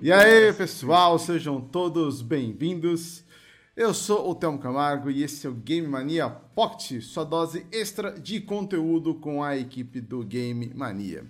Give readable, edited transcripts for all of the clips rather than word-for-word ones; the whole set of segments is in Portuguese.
E aí, pessoal, sejam todos bem-vindos. Eu sou o Thelmo Camargo e esse é o Game Mania Pocket, sua dose extra de conteúdo com a equipe do Game Mania.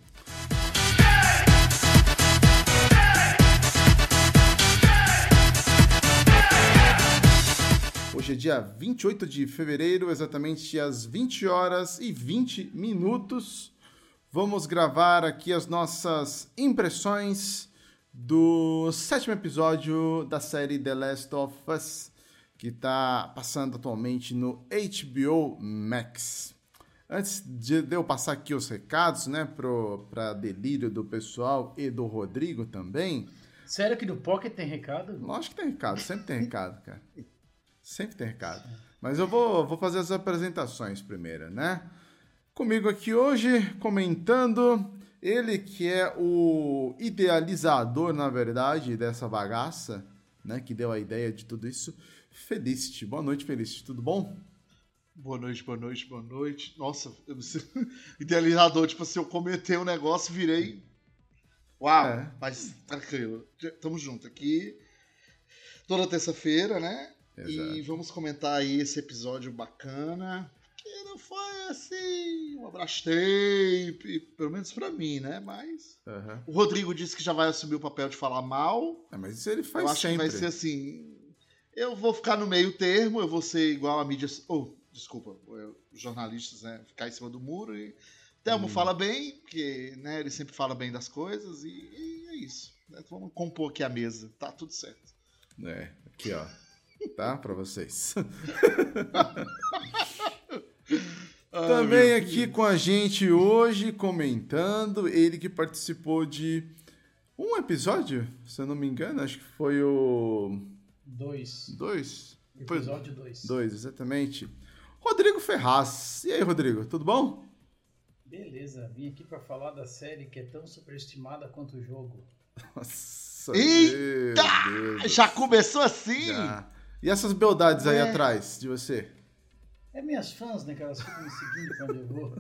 Hoje é dia 28 de fevereiro, exatamente às 20 horas e 20 minutos. Vamos gravar aqui as nossas impressões do 7º episódio da série The Last of Us, que está passando atualmente no HBO Max. Antes de eu passar aqui os recados, né, para delírio do pessoal e do Rodrigo também. Sério que no Pocket tem recado? Lógico que tem recado, sempre tem recado, cara. Sempre tem recado. Mas eu vou fazer as apresentações primeiro, né? Comigo aqui hoje, comentando, ele que é o idealizador, na verdade, dessa bagaça, né? Que deu a ideia de tudo isso, Felicity. Boa noite, Felicity. Tudo bom? Boa noite, boa noite, boa noite. Nossa, eu idealizador, tipo, se eu cometer um negócio, virei... Uau, mas tranquilo. Tamo junto aqui. Toda terça-feira, né? Exato. E vamos comentar aí esse episódio bacana. Que não foi assim, um Abrastemp, pelo menos pra mim, né? Mas o Rodrigo disse que já vai assumir o papel de falar mal. Mas isso ele faz eu acho sempre. Que vai ser assim... Eu vou ficar no meio termo, eu vou ser igual a mídia... Desculpa, os jornalistas, né? Ficar em cima do muro e... Thelmo fala bem, porque né, ele sempre fala bem das coisas e é isso. Vamos compor aqui a mesa, tá tudo certo. Aqui ó, tá? Pra vocês. Também aqui com a gente hoje, comentando, ele que participou de um episódio, se eu não me engano, acho que foi o... 2. Episódio 2. 2, exatamente. Rodrigo Ferraz. E aí, Rodrigo, tudo bom? Beleza, vim aqui pra falar da série que é tão superestimada quanto o jogo. Nossa, eita! Já começou assim? Já. E essas beldades aí atrás de você? É minhas fãs, né, que elas ficam me seguindo quando eu vou.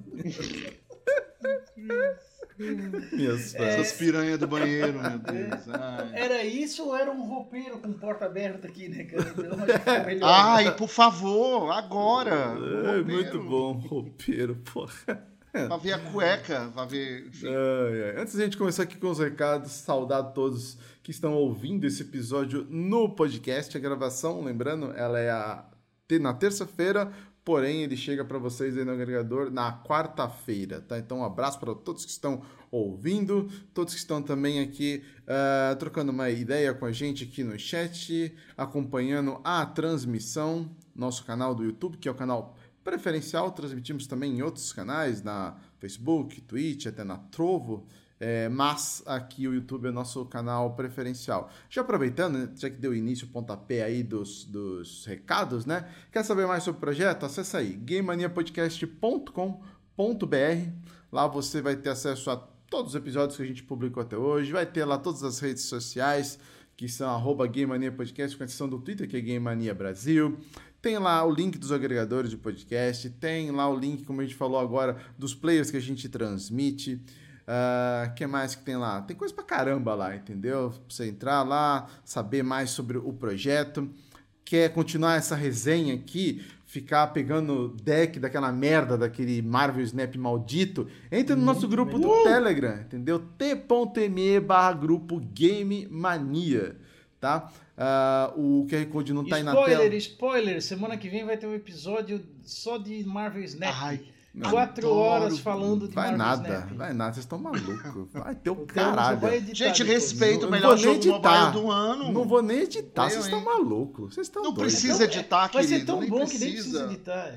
Minhas fãs. Essas piranhas do banheiro, meu Deus. Era isso ou era um roupeiro com porta aberta aqui, né, cara? Então, acho que ficou melhor. Ai, por favor, agora. Muito bom, roupeiro, porra. Pra ver a cueca, pra ver... Enfim. Antes de a gente começar aqui com os recados, saudar a todos que estão ouvindo esse episódio no podcast. A gravação, lembrando, ela é na terça-feira, porém ele chega para vocês aí no agregador na quarta-feira, tá? Então um abraço para todos que estão ouvindo, todos que estão também aqui trocando uma ideia com a gente aqui no chat, acompanhando a transmissão, nosso canal do YouTube, que é o canal preferencial. Transmitimos também em outros canais, na Facebook, Twitch, até na Trovo, mas aqui o YouTube é nosso canal preferencial. Já aproveitando, né, já que deu início o pontapé aí dos recados, né? Quer saber mais sobre o projeto? Acessa aí, gamemaniapodcast.com.br. Lá você vai ter acesso a todos os episódios que a gente publicou até hoje, vai ter lá todas as redes sociais, que são @gamemaniapodcast, com exceção do Twitter, que é Game Mania Brasil. Tem lá o link dos agregadores de podcast, tem lá o link, como a gente falou agora, dos players que a gente transmite. Que mais que tem lá? Tem coisa pra caramba lá, entendeu? Pra você entrar lá, saber mais sobre o projeto. Quer continuar essa resenha aqui, ficar pegando deck daquela merda, daquele Marvel Snap maldito, entra no nosso grupo do Telegram, entendeu? t.me/grupo Game Mania, tá? O QR Code não tá aí na tela. Spoiler, semana que vem vai ter um episódio só de Marvel Snap. Ai, 4 horas falando de Marvel Snap. Vai nada, vocês estão malucos. Vai ter o caralho. Gente, respeita o melhor jogo mobile do ano. Não vou nem editar, vocês estão malucos. Vocês estão doidos. Não precisa editar, querido. Vai ser tão bom que nem precisa editar.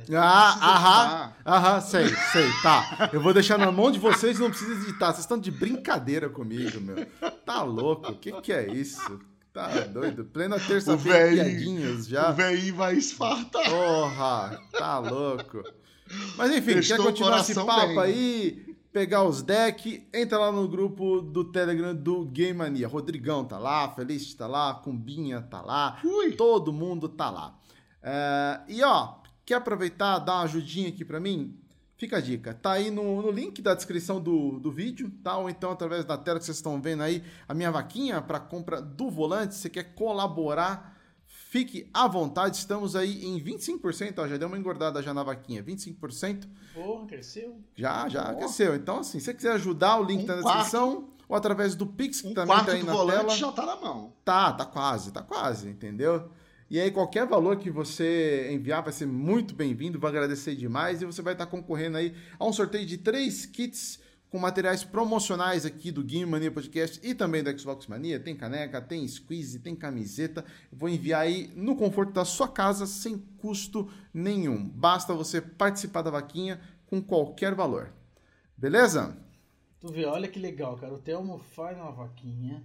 Sei, tá. Eu vou deixar na mão de vocês e não precisa editar. Vocês estão de brincadeira comigo, meu. Tá louco? O que é isso? Tá doido? Plena terça-feira, piadinhas já. O velhinho vai esfartar. Porra, tá louco. Mas enfim, quer continuar esse papo aí, pegar os decks, entra lá no grupo do Telegram do Game Mania. Rodrigão tá lá, Felicity tá lá, Cumbinha tá lá, todo mundo tá lá. E ó, quer aproveitar, dar uma ajudinha aqui pra mim? fica a dica. Tá aí no link da descrição do vídeo, tá? Ou então através da tela que vocês estão vendo aí, a minha vaquinha para compra do volante. Se você quer colaborar, fique à vontade. Estamos aí em 25%, ó, já deu uma engordada já na vaquinha, 25%. Porra, cresceu? Já cresceu. Então, assim, se você quiser ajudar, o link tá na descrição, ou através do Pix, que também tá aí na tela. Já tá na mão. Tá quase, entendeu? E aí, qualquer valor que você enviar vai ser muito bem-vindo, vou agradecer demais. E você vai estar concorrendo aí a um sorteio de 3 kits com materiais promocionais aqui do Game Mania Podcast e também do Xbox Mania. Tem caneca, tem squeeze, tem camiseta. Eu vou enviar aí no conforto da sua casa, sem custo nenhum. Basta você participar da vaquinha com qualquer valor. Beleza? Tu vê, olha que legal, cara. O Telmo faz uma vaquinha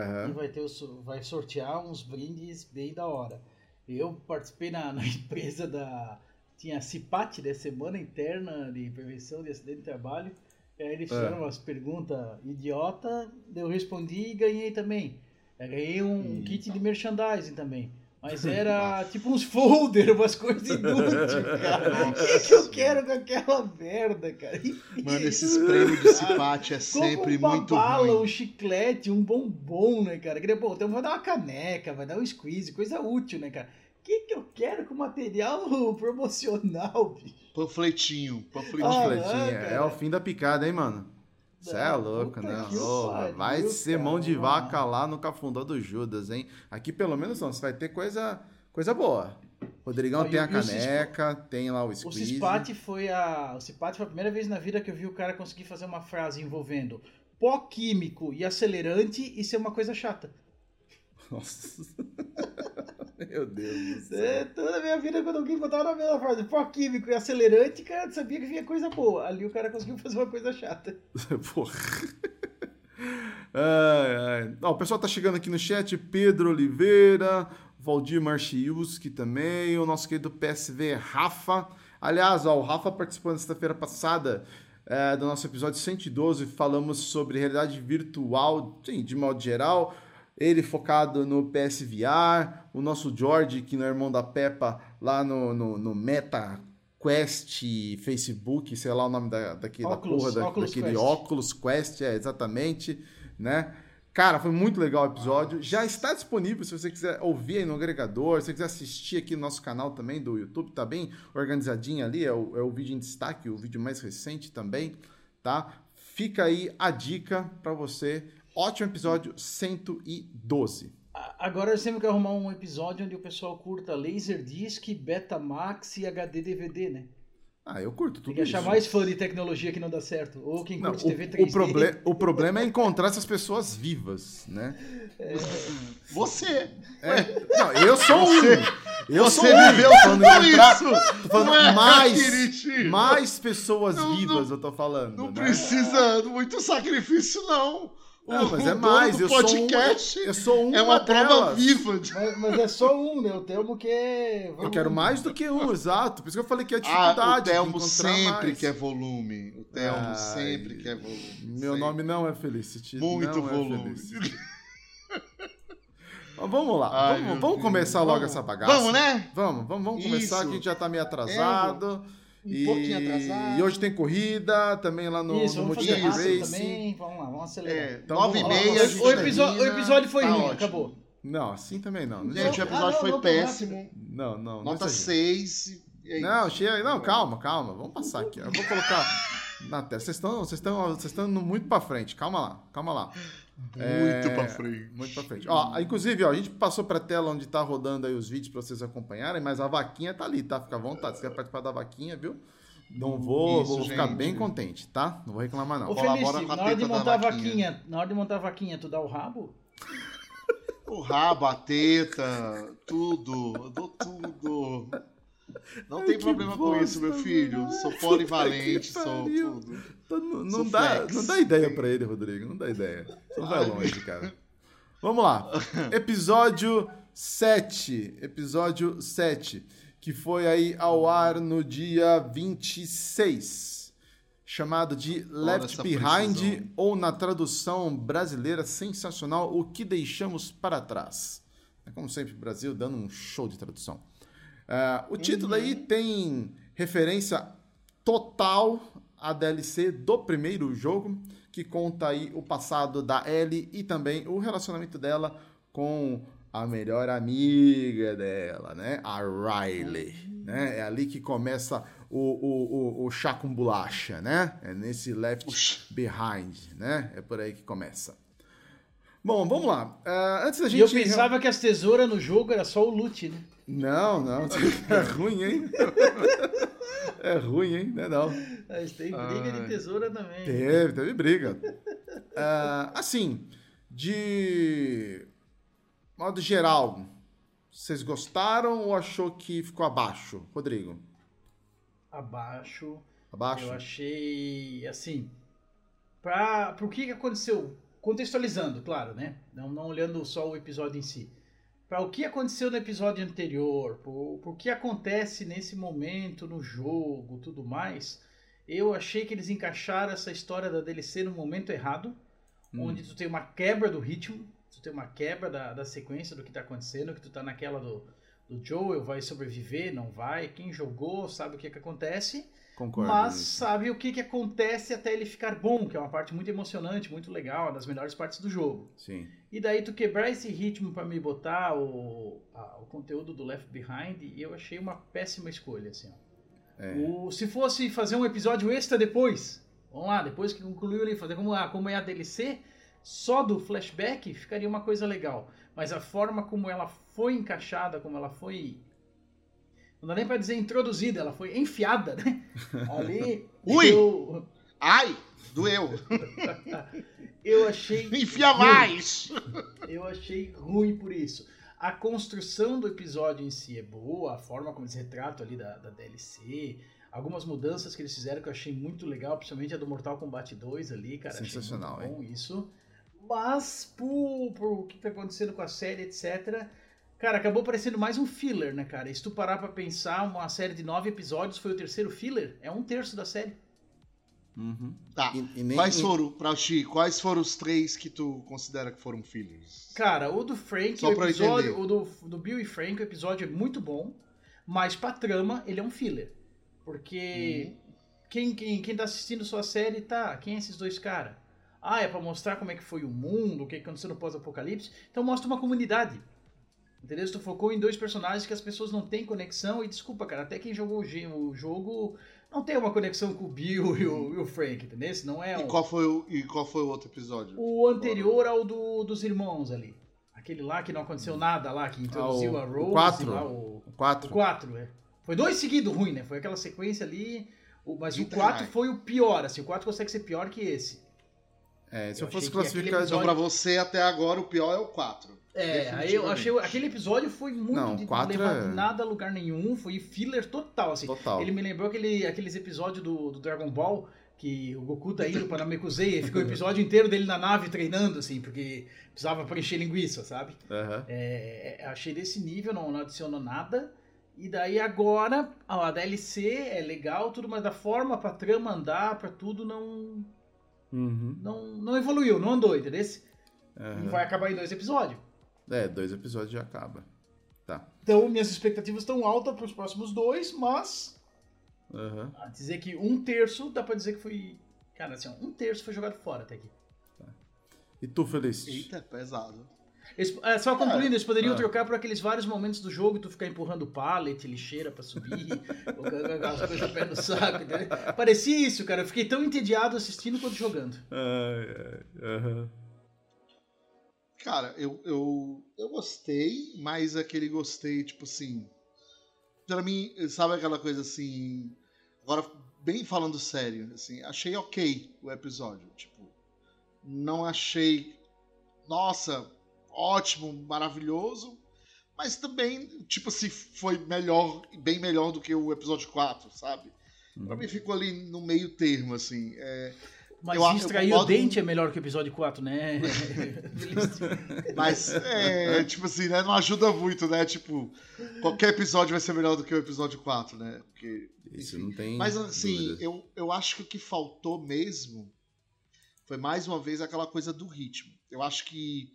e vai sortear uns brindes bem da hora. Eu participei na empresa tinha a CIPAT, né? Semana Interna de Prevenção de Acidente de Trabalho. E aí eles fizeram umas perguntas idiota, eu respondi e ganhei também. Eu ganhei um kit de merchandising também. Mas era tipo uns folders, umas coisas inúteis, cara. O que eu quero com aquela merda, cara? Mano, esses prêmios de CIPAT é sempre muito bala, ruim. Um chiclete, um bombom, né, cara? Pô, então vai dar uma caneca, vai dar um squeeze, coisa útil, né, cara? O que eu quero com material promocional, bicho? Panfletinho. É o fim da picada, hein, mano? Você é louco, né? Vai ser mão de vaca lá no cafundó do Judas, hein? Aqui, pelo menos, não. Você vai ter coisa boa. Rodrigão tem a caneca, tem lá o squeeze. O CIPAT foi a primeira vez na vida que eu vi o cara conseguir fazer uma frase envolvendo pó químico e acelerante e ser uma coisa chata. Nossa. Meu Deus do céu. Toda a minha vida, quando alguém botava na mesma frase pó químico e acelerante, cara, sabia que vinha coisa boa. Ali o cara conseguiu fazer uma coisa chata. Porra. Ó, o pessoal tá chegando aqui no chat. Pedro Oliveira, Valdir Marchiuski também, o nosso querido PSV Rafa. Aliás, ó, o Rafa participou na sexta-feira passada do nosso episódio 112. Falamos sobre realidade virtual, sim, de modo geral. Ele focado no PSVR, o nosso George, que não é irmão da Peppa, lá no Meta Quest, Facebook, sei lá o nome daquela porra, daquele Quest. Oculus Quest, exatamente, né? Cara, foi muito legal o episódio. Já está disponível se você quiser ouvir aí no agregador, se você quiser assistir aqui no nosso canal também do YouTube, tá bem organizadinho ali, é o vídeo em destaque, o vídeo mais recente também, tá? Fica aí a dica para você. Ótimo episódio 112. Agora eu sempre quero arrumar um episódio onde o pessoal curta Laserdisc, Betamax e HD DVD, né? Eu curto tudo isso. Tem que achar mais fã de tecnologia que não dá certo. Ou quem curte TV 3D. O problema é encontrar essas pessoas vivas, né? Você. Não, eu sou Você viveu tudo isso. Tô falando mais pessoas vivas, eu tô falando. Não precisa muito sacrifício, não. Não, mas é mais. Eu sou um. É uma prova delas. viva. Mas é só um, né? O Telmo quer. Eu quero mais do que um, exato. Por isso que eu falei que é dificuldade. O Telmo sempre quer volume. O Telmo sempre quer volume. Meu nome não é Felicity. Muito volume. Mas vamos lá. Vamos começar logo essa bagaça. Vamos, né? Vamos começar, que a gente já tá meio atrasado. Um pouquinho atrasado. E hoje tem corrida também lá no Multi Race. Também. Vamos lá, vamos acelerar. Então, 9h30. O episódio foi ruim, acabou. Não, assim também não. Gente, o episódio foi péssimo. Não. Nota 6. Não, calma. Vamos passar aqui. Eu vou colocar na tela. Vocês estão indo muito pra frente. Calma lá. Muito pra frente. Ó, inclusive, ó, a gente passou pra tela onde tá rodando aí os vídeos pra vocês acompanharem, mas a vaquinha tá ali, tá? Fica à vontade. Se quer participar da vaquinha, viu? Não vou ficar bem contente, tá? Não vou reclamar, não. Ô, Felipe, na hora de montar a vaquinha, tu dá o rabo? O rabo, a teta, tudo. Eu dou tudo. Não tem problema com isso, meu filho. Sou polivalente, sou tudo. Não dá ideia pra ele, Rodrigo. Não dá ideia. Você não vai longe, cara. Vamos lá. Episódio 7. Que foi aí ao ar no dia 26. Chamado de Left Behind, ou na tradução brasileira sensacional, O que Deixamos para Trás. Como sempre, o Brasil dando um show de tradução. O título aí tem referência total a DLC do primeiro jogo, que conta aí o passado da Ellie e também o relacionamento dela com a melhor amiga dela, né? A Riley, né? É ali que começa o chá com bolacha, né? É nesse Left Behind, né? É por aí que começa. Bom, vamos lá. Antes da gente... E eu pensava que as tesouras no jogo era só o loot, né? Não. É ruim, hein? É ruim, hein? Não é não. Mas tem briga de tesoura também. Teve briga. Assim, de modo geral, vocês gostaram ou achou que ficou abaixo? Rodrigo? Abaixo. Abaixo? Eu achei, assim, pro que aconteceu, contextualizando, claro, né? Não olhando só o episódio em si. Para o que aconteceu no episódio anterior, por que acontece nesse momento no jogo, tudo mais, eu achei que eles encaixaram essa história da DLC no momento errado, onde tu tem uma quebra do ritmo, tu tem uma quebra da sequência do que tá acontecendo, que tu tá naquela do Joel vai sobreviver, não vai, quem jogou sabe o que acontece, Concordo, mas sabe o que acontece até ele ficar bom, que é uma parte muito emocionante, muito legal, uma das melhores partes do jogo. Sim. E daí tu quebrar esse ritmo para me botar o conteúdo do Left Behind, e eu achei uma péssima escolha, assim, ó. Se fosse fazer um episódio extra depois, vamos lá, depois que concluiu ali, fazer como é a DLC, só do flashback, ficaria uma coisa legal. Mas a forma como ela foi encaixada, como ela foi... Não dá nem pra dizer introduzida, ela foi enfiada, né? Ali... Ui! Ai! Doeu! Eu achei... Enfia mais! Eu achei ruim por isso. A construção do episódio em si é boa, a forma como eles retratam ali da DLC, algumas mudanças que eles fizeram que eu achei muito legal, principalmente a do Mortal Kombat 2 ali, cara. Sensacional, achei muito bom isso. Mas, por que tá acontecendo com a série, etc., cara, acabou parecendo mais um filler, né, cara? E se tu parar pra pensar, uma série de 9 episódios foi o terceiro filler, é 1/3 da série. Uhum. Tá. Quais foram os 3 que tu considera que foram fillers? Cara, o do Frank, só o episódio, o do Bill e Frank, o episódio é muito bom, mas pra trama ele é um filler. Porque quem tá assistindo sua série, tá, quem é esses dois caras? É pra mostrar como é que foi o mundo, o que aconteceu no pós-apocalipse. Então mostra uma comunidade. Entendeu? Tu focou em 2 personagens que as pessoas não têm conexão. E desculpa, cara, até quem jogou o jogo não tem uma conexão com o Bill e o Frank, entendeu? Não é E qual foi o outro episódio? O anterior ao dos irmãos ali. Aquele lá que não aconteceu nada lá, que introduziu a Rose. O 4. O 4, é. Foi 2 seguidos ruim, né? Foi aquela sequência ali. Mas o 4 foi o pior, assim. O 4 consegue ser pior que esse. Se eu fosse classificar... Então, pra você, até agora, o pior é o 4. Aí eu achei... Aquele episódio foi muito não, de não levar nada a lugar nenhum. Foi filler total, assim. Total. Ele me lembrou aqueles episódios do Dragon Ball, que o Goku tá indo pra Namekusei, e ficou o episódio inteiro dele na nave treinando, assim, porque precisava preencher linguiça, sabe? Uhum. Achei desse nível, não adicionou nada. E daí agora, a DLC é legal, tudo, mas da forma pra trama andar, pra tudo, não evoluiu, não andou, entendeu? E vai acabar em 2 episódios. 2 episódios já acaba. Tá. Então, minhas expectativas estão altas pros próximos 2, mas... dizer que 1/3, dá pra dizer que foi... Cara, assim, 1/3 foi jogado fora até aqui. Tá. E tu, Feliz? Eita, pesado. Só concluindo, eles poderiam trocar por aqueles vários momentos do jogo, tu ficar empurrando pallet, lixeira pra subir, as coisas pé no saco, entendeu? Parecia isso, cara. Eu fiquei tão entediado assistindo quanto jogando. Cara, eu gostei, mas aquele gostei, tipo assim... Pra mim, sabe aquela coisa assim... Agora, bem falando sério, assim, achei ok o episódio. Tipo, não achei... Nossa, ótimo, maravilhoso. Mas também, tipo assim, foi bem melhor do que o episódio 4, sabe? Pra mim ficou ali no meio termo, assim. Mas extrair o dente é melhor que o episódio 4, né? Mas, tipo assim, né? Não ajuda muito, né? Tipo, qualquer episódio vai ser melhor do que o episódio 4, né? Porque, isso não tem. Mas, assim, dúvida. eu acho que o que faltou mesmo foi, mais uma vez, aquela coisa do ritmo. Eu acho que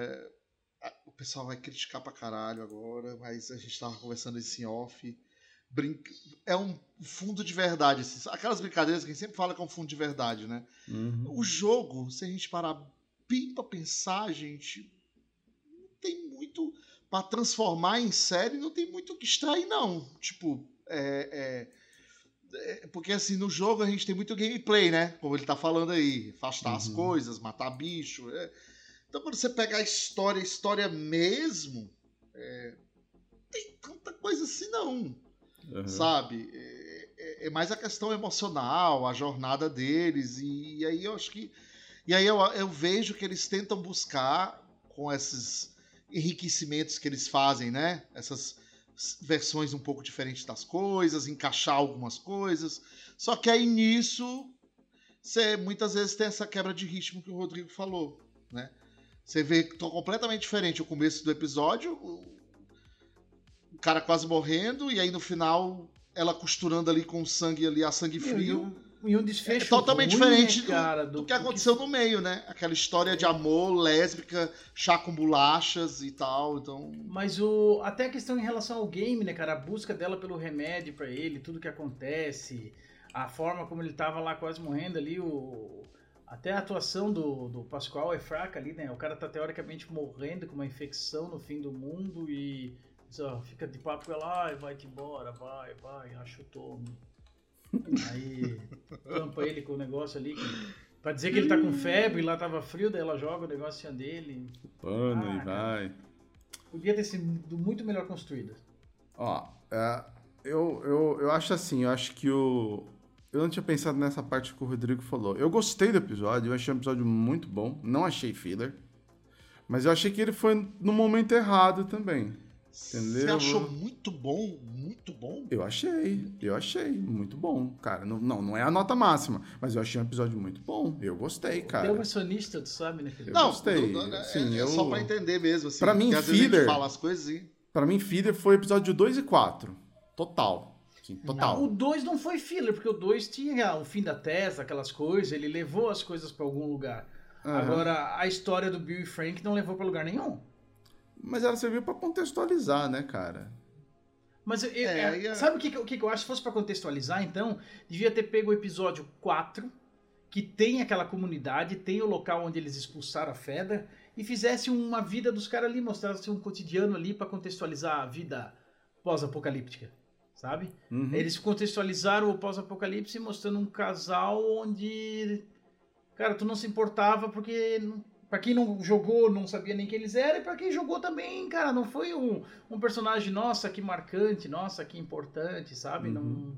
o pessoal vai criticar pra caralho agora, mas a gente tava conversando isso em off. é um fundo de verdade. Assim. Aquelas brincadeiras que a gente sempre fala que é um fundo de verdade, né? O jogo, se a gente parar bem pra pensar, gente, não tem muito... Pra transformar em série, não tem muito o que extrair, não. Tipo, porque assim, no jogo a gente tem muito gameplay, né? Como ele tá falando aí. Afastar as coisas, matar bicho. Então quando você pega a história mesmo, não tem tanta coisa assim, não. Sabe? É mais a questão emocional, a jornada deles. E aí eu acho que... E aí eu vejo que eles tentam buscar com esses enriquecimentos que eles fazem, né? Essas versões um pouco diferentes das coisas, encaixar algumas coisas. Só que aí nisso, você muitas vezes tem essa quebra de ritmo que o Rodrigo falou, né? Você vê que tá completamente diferente o começo do episódio, o cara quase morrendo, e aí no final ela costurando ali com o sangue ali, a sangue frio. E um desfecho totalmente ruim, diferente né, cara, do que aconteceu no meio, né? Aquela história de amor, lésbica, chá com bolachas e tal, então... Mas até a questão em relação ao game, né, cara? A busca dela pelo remédio pra ele, tudo que acontece, a forma como ele tava lá quase morrendo ali, até a atuação do Pascoal é fraca ali, né? O cara tá teoricamente morrendo com uma infecção no fim do mundo e só fica de papo com ela, vai-te embora, vai, acho o Tom. Aí tampa ele com o negócio ali pra dizer que ele tá com febre, lá tava frio, daí ela joga o negocinho dele. Pano e vai. Podia ter sido muito melhor construída. Ó, eu acho assim, eu acho que eu não tinha pensado nessa parte que o Rodrigo falou. Eu gostei do episódio, eu achei um episódio muito bom, não achei filler, mas eu achei que ele foi no momento errado também. Entendeu? Você achou muito bom? Muito bom? Eu achei muito bom, cara. Não é a nota máxima, mas eu achei um episódio muito bom. Eu gostei, cara. Tem um personista, tu sabe, né? Eu gostei. Sim, só pra entender mesmo, assim. Pra mim, filler... fala as coisas e... Pra mim, filler foi episódio 2 e 4. Total. Sim, total. Não, o 2 não foi filler, porque o 2 tinha o fim da Tesla, aquelas coisas, ele levou as coisas pra algum lugar. Agora, a história do Bill e Frank não levou pra lugar nenhum. Mas ela serviu pra contextualizar, né, cara? Mas sabe o que eu acho? Se fosse pra contextualizar, então, devia ter pego o episódio 4, que tem aquela comunidade, tem o local onde eles expulsaram a Fedra, e fizesse uma vida dos caras ali, mostrasse um cotidiano ali pra contextualizar a vida pós-apocalíptica, sabe? Eles contextualizaram o pós-apocalipse mostrando um casal onde, cara, tu não se importava porque... Pra quem não jogou, não sabia nem quem eles eram, e pra quem jogou também, cara, não foi um personagem, nossa, que marcante, nossa, que importante, sabe? Não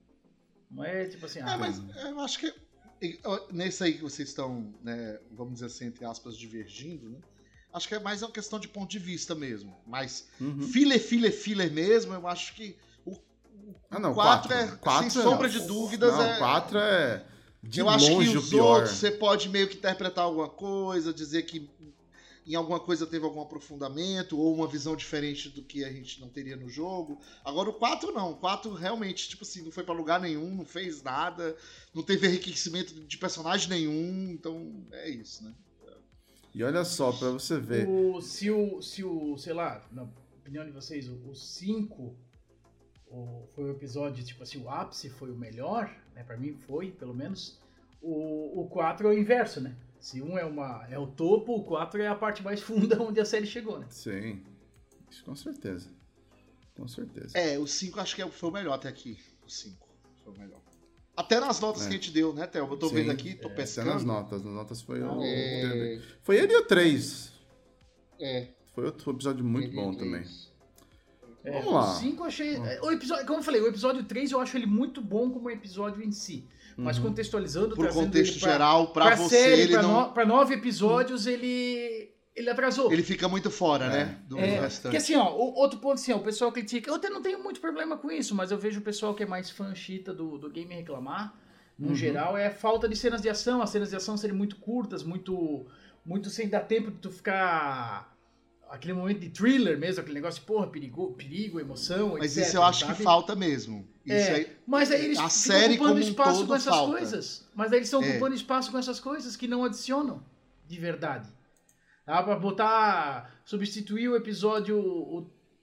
é tipo assim... mas eu acho que nesse aí que vocês estão, né, vamos dizer assim, entre aspas, divergindo, né? Acho que é mais uma questão de ponto de vista mesmo. Mas filler mesmo, eu acho que o 4 sem sombra de dúvidas, o 4 é... Eu acho que os outros você pode meio que interpretar alguma coisa, dizer que em alguma coisa teve algum aprofundamento ou uma visão diferente do que a gente não teria no jogo. Agora o 4 não, o 4 realmente, tipo assim, não foi pra lugar nenhum, não fez nada, não teve enriquecimento de personagem nenhum, então é isso, né? E olha só, pra você ver... Se o sei lá, na opinião de vocês, o 5... foi o episódio, tipo assim, o ápice foi o melhor, né? Pra mim foi, pelo menos. O 4 é o inverso, né? Se um é o topo, o 4 é a parte mais funda onde a série chegou, né? Sim, isso com certeza. Com certeza. O 5 acho que foi o melhor até aqui. O 5 foi o melhor. Até nas notas que a gente deu, né, Theo? Eu tô vendo aqui, tô pescando. Até nas notas foi o... Foi ele e o 3. Foi outro episódio muito bom também. Vamos lá. O 5 eu achei... O episódio, como eu falei, o episódio 3 eu acho ele muito bom como episódio em si. Mas contextualizando... Por contexto geral, pra você, série, ele não... Pra 9 episódios, ele atrasou. Ele fica muito fora, né? Do restante. Porque assim, ó, outro ponto assim, ó, o pessoal critica... Eu até não tenho muito problema com isso, mas eu vejo o pessoal que é mais fã chita do game reclamar, no geral, é falta de cenas de ação. As cenas de ação serem muito curtas, muito sem dar tempo de tu ficar... Aquele momento de thriller mesmo, aquele negócio de, porra, perigo, emoção, mas etc. Mas isso eu acho que falta mesmo. Mas aí eles estão ocupando espaço com essas falta. coisas. Mas aí eles estão ocupando espaço com essas coisas que não adicionam de verdade. Dá pra substituir o episódio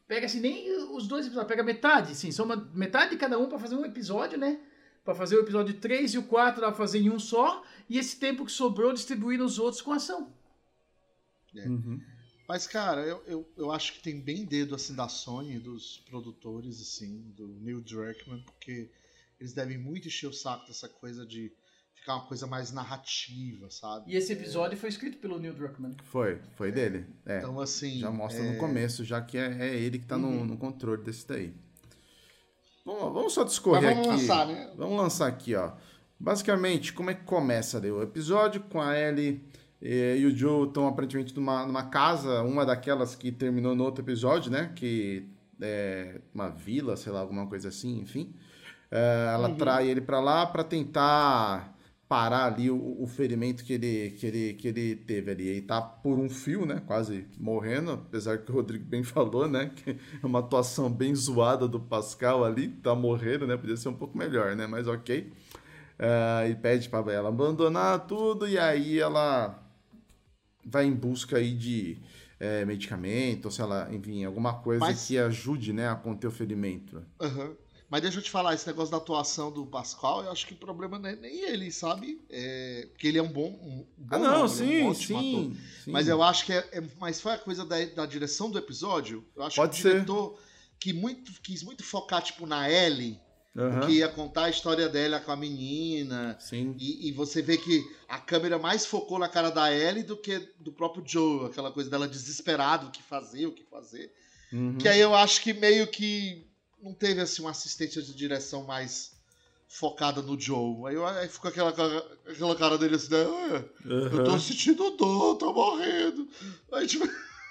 pega assim, nem os 2 episódios, pega metade, assim, soma metade de cada um pra fazer um episódio, né? Pra fazer o episódio 3 e o 4 dá pra fazer em um só, e esse tempo que sobrou distribuir nos outros com ação. Uhum. Mas, cara, eu acho que tem bem dedo, assim, da Sony, dos produtores, assim, do Neil Druckmann, porque eles devem muito encher o saco dessa coisa de ficar uma coisa mais narrativa, sabe? E esse episódio foi escrito pelo Neil Druckmann. Foi dele. Então, assim... Já mostra no começo, já que é ele que tá no controle desse daí. Vamos só discorrer aqui. Vamos lançar, né? Vamos lançar aqui, ó. Basicamente, como é que começa ali o episódio? Com a Ellie e o Joe estão aparentemente numa casa, uma daquelas que terminou no outro episódio, né? Que é uma vila, sei lá, alguma coisa assim, enfim. Ela trai ele pra lá pra tentar parar ali o ferimento que ele teve ali. Ele tá por um fio, né? Quase morrendo, apesar que o Rodrigo bem falou, né? Que é uma atuação bem zoada do Pascal ali, tá morrendo, né? Podia ser um pouco melhor, né? Mas ok. E pede pra ela abandonar tudo, e aí ela vai em busca aí de medicamento, ou sei lá, enfim, alguma coisa que ajude, né, a conter o ferimento. Mas deixa eu te falar, esse negócio da atuação do Pascal, eu acho que o problema não é nem ele, sabe? Porque ele é um bom sim. Mas eu acho que mas foi a coisa da direção do episódio. Eu acho Pode que o ser. diretor quis muito focar, tipo, na Ellie, que ia contar a história dela com a menina. Sim. E você vê que a câmera mais focou na cara da Ellie do que do próprio Joe, aquela coisa dela desesperada, o que fazer. Que aí eu acho que meio que não teve assim uma assistência de direção mais focada no Joe. Aí ficou aquela cara dele assim, né? Eu tô sentindo dor, tô morrendo. Aí tipo...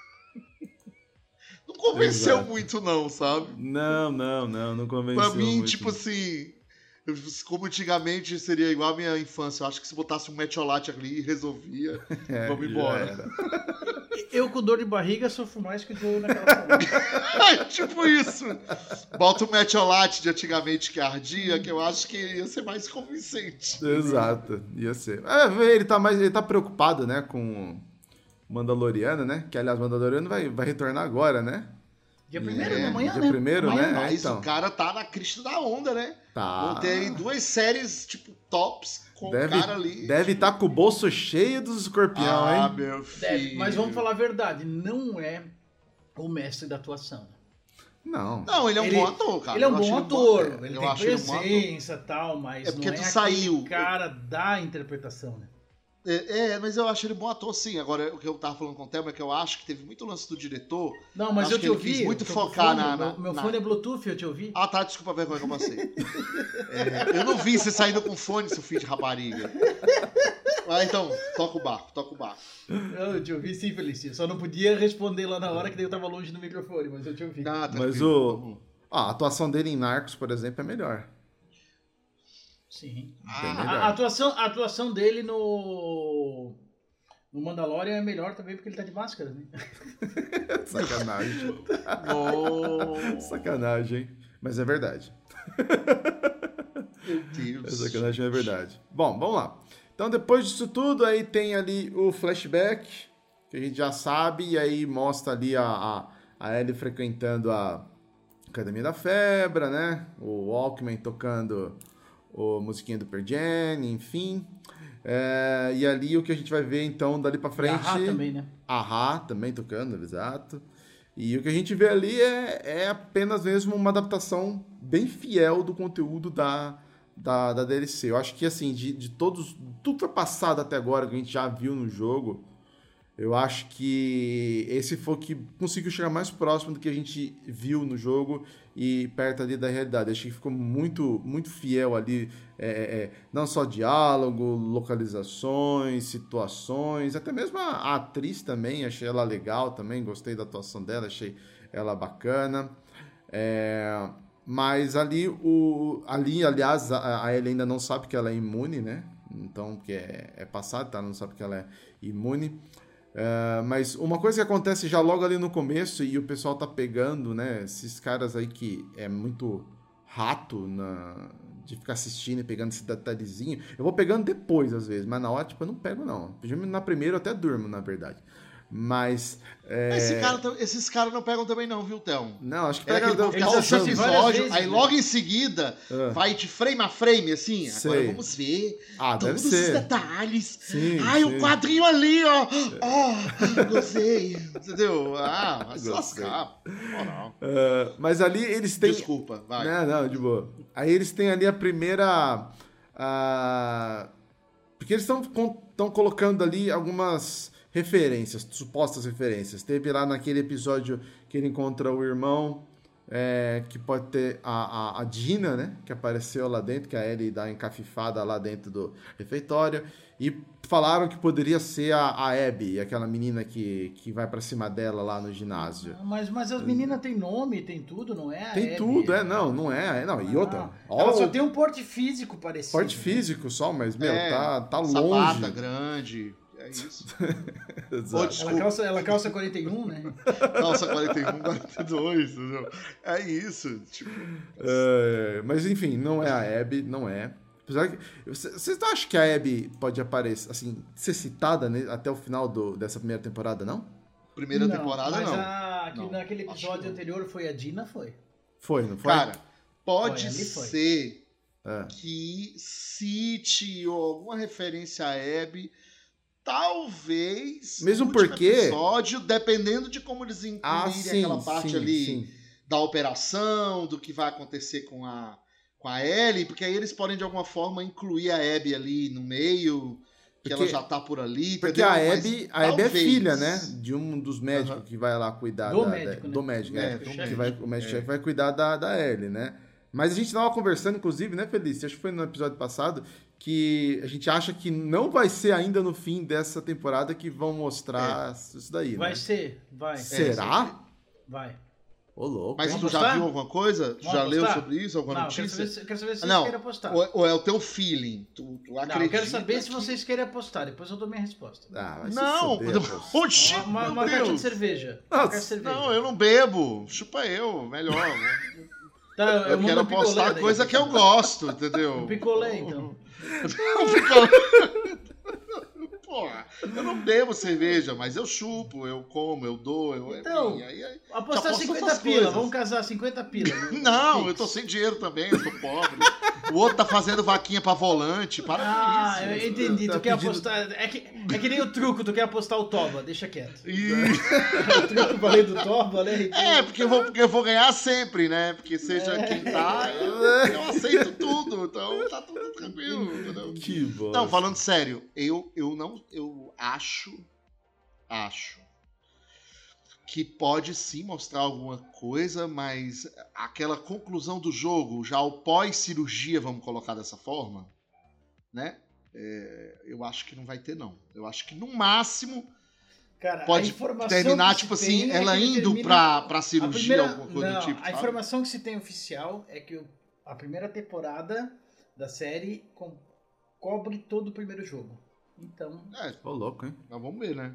não convenceu muito não, sabe? Não convenceu. Pra mim, muito. tipo assim, como antigamente seria igual a minha infância. Eu acho que se botasse um metiolate ali, resolvia. Vamos embora. Eu com dor de barriga sofro mais que o Joe naquela forma. Tipo isso. Bota um metiolate de antigamente que ardia, que eu acho que ia ser mais convincente. Exato, ia ser. Ele tá preocupado, né, com o Mandaloriano, né? Que, aliás, o Mandaloriano vai retornar agora, né? Dia 1º, amanhã, dia né? 1º, né? Mas então. o cara tá na crista da onda, né? Tá. Vão ter aí 2 séries, tipo, tops com o cara ali. Deve estar com o bolso cheio dos escorpião, hein? Meu filho. Mas vamos falar a verdade, não é o mestre da atuação. Não, ele é um bom ator, cara. Ele é um bom ator, ele tem presença e tal, mas porque não tu é saiu. aquele cara da interpretação, né? Mas eu acho ele bom ator, sim. Agora, o que eu tava falando com o Thelma é que eu acho que teve muito lance do diretor. Não, mas eu te ouvi. Quis muito focar meu fone é Bluetooth, eu te ouvi. Ah, tá, desculpa ver como é que eu passei. Eu não vi você saindo com fone, seu filho de rapariga. Então, toca o barco. Eu te ouvi sim, Felicinho. Só não podia responder lá na hora que daí eu tava longe do microfone, mas eu te ouvi. Mas a atuação dele em Narcos, por exemplo, é melhor. Sim. A atuação dele no Mandalorian é melhor também porque ele tá de máscara, né? Sacanagem. Sacanagem, hein? Mas é verdade. Meu Deus. Sacanagem é verdade. Bom, vamos lá. Então, depois disso tudo, aí tem ali o flashback, que a gente já sabe, e aí mostra ali a Ellie frequentando a Academia da Febra, né? O Walkman tocando a musiquinha do Pearl Jam, enfim. E ali o que a gente vai ver, então, dali pra frente... A Ahá também, né? Ahá também tocando, exato. E o que a gente vê ali é apenas mesmo uma adaptação bem fiel do conteúdo da DLC. Eu acho que, assim, de tudo passado até agora que a gente já viu no jogo, eu acho que esse foi o que conseguiu chegar mais próximo do que a gente viu no jogo e perto ali da realidade. Achei que ficou muito, muito fiel ali, não só diálogo, localizações, situações, até mesmo a atriz também, achei ela legal também, gostei da atuação dela, achei ela bacana. Mas ali, aliás, a Ellie ainda não sabe que ela é imune, né? Então, porque é passado, tá? Ela não sabe que ela é imune. Mas uma coisa que acontece já logo ali no começo, e o pessoal tá pegando, né? Esses caras aí que é muito rato de ficar assistindo e pegando esse detalhezinho. Eu vou pegando depois, às vezes, mas na hora, tipo, eu não pego, não. Na primeira eu até durmo, na verdade. Mas... Esses caras não pegam também não, viu, Thelmo? Não, acho que pegam... episódio, aí logo em seguida vai de frame a frame, assim. Sei. Agora vamos ver todos os detalhes. Sim, o quadrinho ali, ó. Gostei. Entendeu? Vai se lascar. Moral. Mas ali eles têm... Desculpa, vai. Não, de boa. Aí eles têm ali a primeira... Porque eles estão colocando ali algumas referências, supostas referências. Teve lá naquele episódio que ele encontra o irmão, que pode ter a Dina, né? Que apareceu lá dentro, que a Ellie dá encafifada lá dentro do refeitório. E falaram que poderia ser a Abby, aquela menina que vai pra cima dela lá no ginásio. Mas as meninas têm nome, tem tudo, não é? Tem Abby, tudo, não é. Não, e outra. Ela só tem um porte físico parecido. Porte físico só, mas, tá longe. Sapata grande. É isso. Ela calça 41, né? Calça 41, 42, entendeu? É isso. Tipo... mas enfim, não é a Abby, não é. Apesar que, vocês não acham que a Abby pode aparecer, assim, ser citada até o final dessa primeira temporada, não? Primeira temporada, mas não. Naquele episódio anterior foi a Dina, foi? Foi, não foi? Cara, pode ser que cite alguma referência a Abby, talvez mesmo porque episódio, dependendo de como eles incluírem aquela parte ali da operação, do que vai acontecer com a Ellie, porque aí eles podem de alguma forma incluir a Abby ali no meio, que ela já tá por ali. Porque entendeu? a Abby é filha, né, de um dos médicos que vai lá cuidar do médico, do médico, o médico-chefe vai cuidar da Ellie, né? Mas a gente tava conversando, inclusive, né, Felícia? Acho que foi no episódio passado, que a gente acha que não vai ser ainda no fim dessa temporada que vão mostrar isso daí, vai né? ser, vai. Será? Vai. Ô, louco. Mas tu já viu alguma coisa? Tu já leu sobre isso? Alguma notícia? Eu quero saber se vocês querem apostar. Ou é o teu feeling? Tu acredita? Eu quero saber se vocês querem apostar. Depois eu dou minha resposta. Não! Oxi! Uma caixa de cerveja. Não, eu não bebo. Chupa eu, melhor. Tá, eu quero apostar coisa que eu gosto, entendeu? Um picolé, então. Um picolé. Porra, eu não bebo cerveja, mas eu chupo, eu como, eu dou, então, apostar 50 pila, vamos casar 50 pila. Não, eu tô sem dinheiro também, eu tô pobre. O outro tá fazendo vaquinha pra volante, para com isso. Eu entendi, tu quer apostar, é que nem o truco, tu quer apostar o toba, deixa quieto. O truco valendo do toba, né? Porque eu vou ganhar sempre, né? Porque seja quem tá, eu aceito tudo, então tá tudo tranquilo, entendeu? Que bosta. Não, falando sério, eu acho que pode sim mostrar alguma coisa, mas aquela conclusão do jogo, já o pós-cirurgia, vamos colocar dessa forma, né? Eu acho que não vai ter, não. Eu acho que no máximo pode terminar, tipo assim, ela indo pra cirurgia, alguma coisa do tipo. A informação que se tem oficial é que a primeira temporada da série cobre todo o primeiro jogo. Então. Louco, hein? Mas vamos ver, né?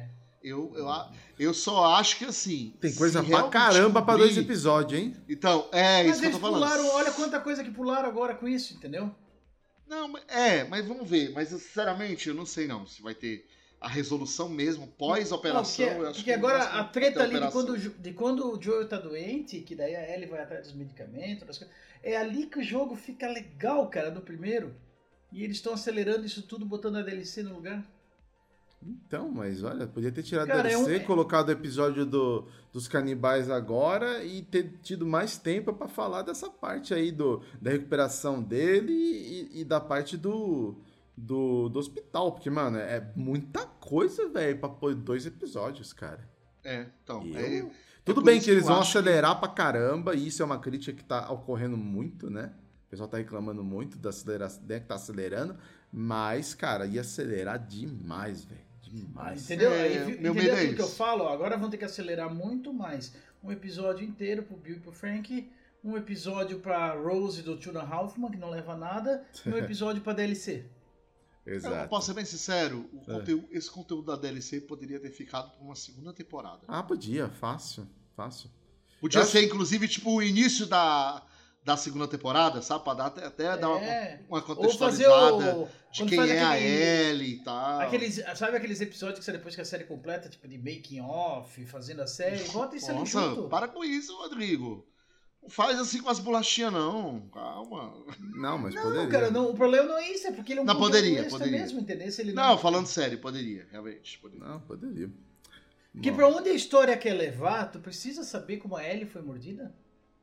Eu só acho que assim. Tem coisa pra caramba pra 2 episódios, hein? Então, isso que eu tô falando. Olha quanta coisa que pularam agora com isso, entendeu? Não, mas vamos ver. Mas sinceramente, eu não sei não se vai ter a resolução mesmo, pós-operação. Eu acho porque agora a treta ali de quando o Joel tá doente, que daí a Ellie vai atrás dos medicamentos, é ali que o jogo fica legal, cara, do primeiro. E eles estão acelerando isso tudo, botando a DLC no lugar. Então, mas olha, podia ter tirado a DLC, colocado o episódio dos canibais agora e ter tido mais tempo pra falar dessa parte aí da recuperação dele e da parte do hospital. Porque, mano, é muita coisa, velho, pra pôr 2 episódios, cara. Então. Tudo bem que eles vão acelerar pra caramba, e isso é uma crítica que tá ocorrendo muito, né? O pessoal tá reclamando muito da aceleração, né, que tá acelerando, mas, cara, ia acelerar demais, velho. Demais. Entendeu? Entendeu aquilo que eu falo? Agora vão ter que acelerar muito mais. Um episódio inteiro pro Bill e pro Frank, um episódio pra Rose do Tuna Halfman, que não leva a nada, e um episódio pra DLC. Exato. Eu posso ser bem sincero, esse conteúdo da DLC poderia ter ficado pra uma segunda temporada. Podia, fácil. Podia ser, inclusive, tipo, o início da da segunda temporada, sabe? Pra dar até dar uma contextualizada de quem é a Ellie e tal. Sabe aqueles episódios que você depois que a série completa, tipo de making off, fazendo a série? Bota isso ali junto. Para com isso, Rodrigo. Não faz assim com as bolachinhas, não. Calma. Não, mas não, poderia. Cara, não, o problema não é isso, é porque ele é um poderia mesmo, entendeu? Se ele não, falando sério, poderia, realmente. Poderia. Não, poderia. Porque pra onde a história quer levar, tu precisa saber como a Ellie foi mordida?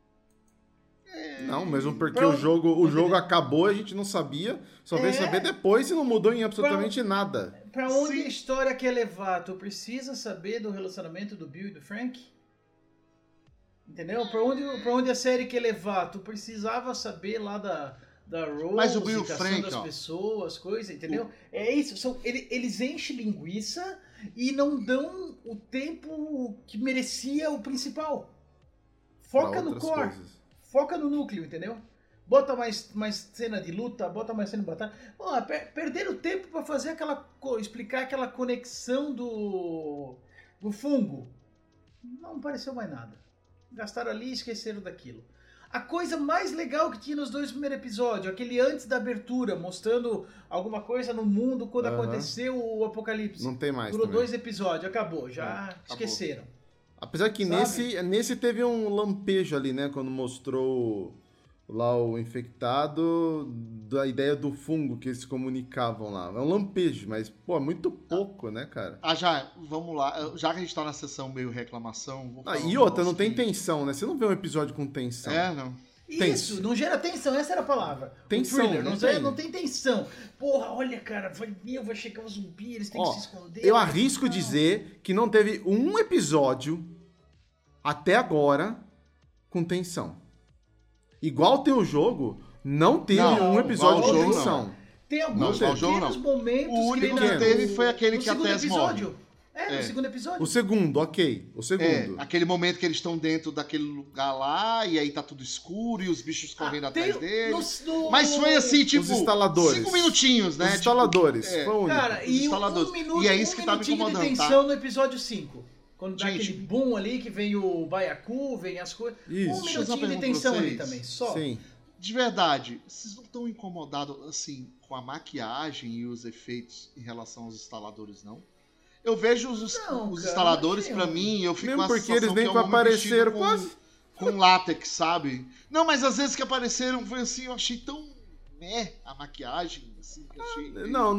Não, mesmo porque o jogo acabou, a gente não sabia, só veio saber depois e não mudou em absolutamente nada. Pra onde a história quer levar, tu precisa saber do relacionamento do Bill e do Frank? Entendeu? Pra onde a série quer levar, tu precisava saber lá da Rose, mas o Bill Frank, das pessoas, coisas, entendeu? É isso, eles enchem linguiça e não dão o tempo que merecia o principal. Foca no core. Coisas. Foca no núcleo, entendeu? Bota mais cena de luta, bota mais cena de batalha. Perderam tempo pra fazer explicar aquela conexão do fungo. Não pareceu mais nada. Gastaram ali e esqueceram daquilo. A coisa mais legal que tinha nos 2 primeiros episódios, aquele antes da abertura, mostrando alguma coisa no mundo quando aconteceu o apocalipse. Não tem mais. Durou 2 episódios, acabou. Esqueceram. Apesar que nesse teve um lampejo ali, né? Quando mostrou lá o infectado, da ideia do fungo que eles comunicavam lá. É um lampejo, mas, pô, é muito pouco, né, cara? Vamos lá. Já que a gente tá na sessão meio reclamação... Vou falar e outra, não tem tensão, né? Você não vê um episódio com tensão. Não. Isso, não gera tensão, essa era a palavra. Tensão, não tem tensão. Porra, olha, cara, vai chegar um zumbi, eles têm que se esconder. Eu arrisco dizer que não teve um episódio até agora com tensão. Igual tem o jogo, não teve um episódio com tensão. Tem alguns pequenos momentos. O único que teve foi aquele que a Tess morre. No segundo episódio. O segundo, ok. O segundo. Aquele momento que eles estão dentro daquele lugar lá, e aí tá tudo escuro, e os bichos correndo atrás deles. Mas foi assim, tipo... Os instaladores. 5 minutinhos, né? Os instaladores. Foi o único. Cara, e um minuto, e é isso que tá me incomodando, de tensão no episódio 5. Quando dá aquele boom ali, que vem o Baiacu, vem as coisas. Isso. Um minutinho de tensão ali também, só. Sim. De verdade, vocês não estão incomodados, assim, com a maquiagem e os efeitos em relação aos instaladores, não? Eu vejo os instaladores, pra mim, eu fico mesmo porque eles nem apareceram quase com látex, sabe? Não, mas às vezes que apareceram foi assim, eu achei tão a maquiagem, assim, que achei... Não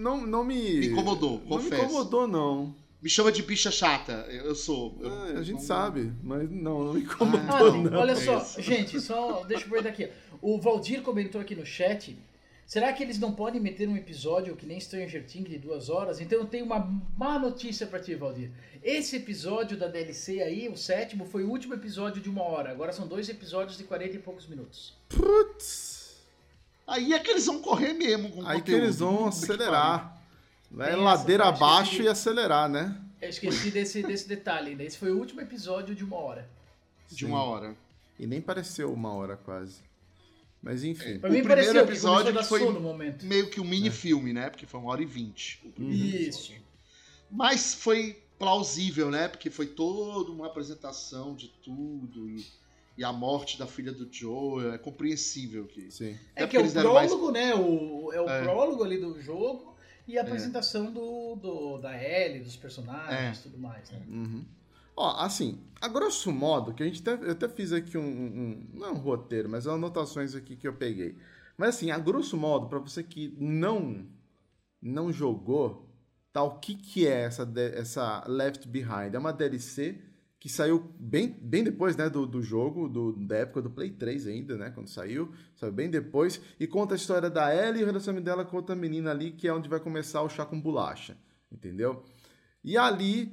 me incomodou, confesso. Não me incomodou, não. Me chama de bicha chata, eu sou. A gente sabe, mas não me incomodou, não. Olha só, gente, deixa eu ver daqui. O Valdir comentou aqui no chat, será que eles não podem meter um episódio que nem Stranger Things de 2 horas? Então eu tenho uma má notícia pra ti, Valdir. Esse episódio da DLC aí, o 7º, foi o último episódio de 1 hora. Agora são 2 episódios de 40 e poucos minutos. Putz! Aí é que eles vão correr mesmo com o conteúdo. Aí que eles vão acelerar. Vai ladeira abaixo e acelerar, né? Eu esqueci desse detalhe ainda. Esse foi o último episódio de 1 hora. De 1 hora. E nem pareceu 1 hora quase. Mas enfim. Pra mim o primeiro pareceu episódio que foi no momento. meio que um mini-filme, né? Porque foi 1h20. Isso. Mas foi plausível, né? Porque foi toda uma apresentação de tudo e a morte da filha do Joe. É compreensível que... Sim. É que é o prólogo, né? É o prólogo ali do jogo. E a apresentação da Ellie, dos personagens e tudo mais, né? Uhum. Ó, assim, a grosso modo, que eu até fiz aqui não é um roteiro, mas são anotações aqui que eu peguei. Mas assim, a grosso modo, pra você que não jogou, tá, o que é essa Left Behind? É uma DLC que saiu bem depois, né, do jogo, da época do Play 3 ainda, né, quando saiu bem depois, e conta a história da Ellie e o relacionamento dela com outra menina ali, que é onde vai começar o chá com bolacha, entendeu? E ali,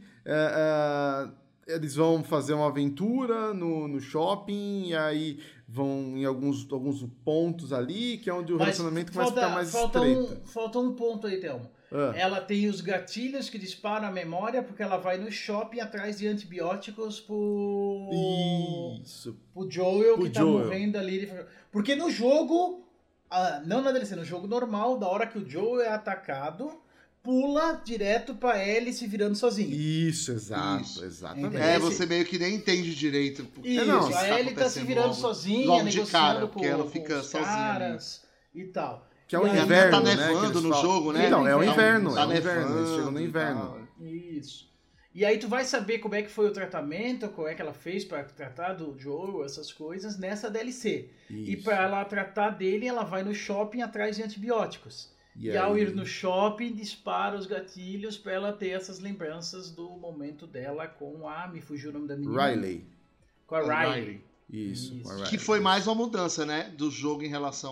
eles vão fazer uma aventura no shopping, e aí vão em alguns pontos ali, que é onde o relacionamento começa a ficar mais estreito. Falta um ponto aí, Thelmo. Ela tem os gatilhos que disparam a memória porque ela vai no shopping atrás de antibióticos pro Joel, que tá morrendo ali. Porque no jogo, não na DLC, no jogo normal, da hora que o Joel é atacado, pula direto pra Ellie se virando sozinha. Isso, exatamente. Você meio que nem entende direito. Isso, a Ellie tá se virando sozinha, negociando com ela fica os sozinha, caras e tal. Que é o inverno, tá né? nevando no jogo, né? Então, é o inverno, tá nevando, eles chegam no inverno. Isso. E aí tu vai saber como é que foi o tratamento, como é que ela fez para tratar do Joel, essas coisas, nessa DLC. Isso. E para ela tratar dele, ela vai no shopping atrás de antibióticos. E ao ir no shopping, dispara os gatilhos para ela ter essas lembranças do momento dela com a... Me fugiu o nome da menina. Riley. Com a Riley. Isso. Que foi mais uma mudança, né? Do jogo em relação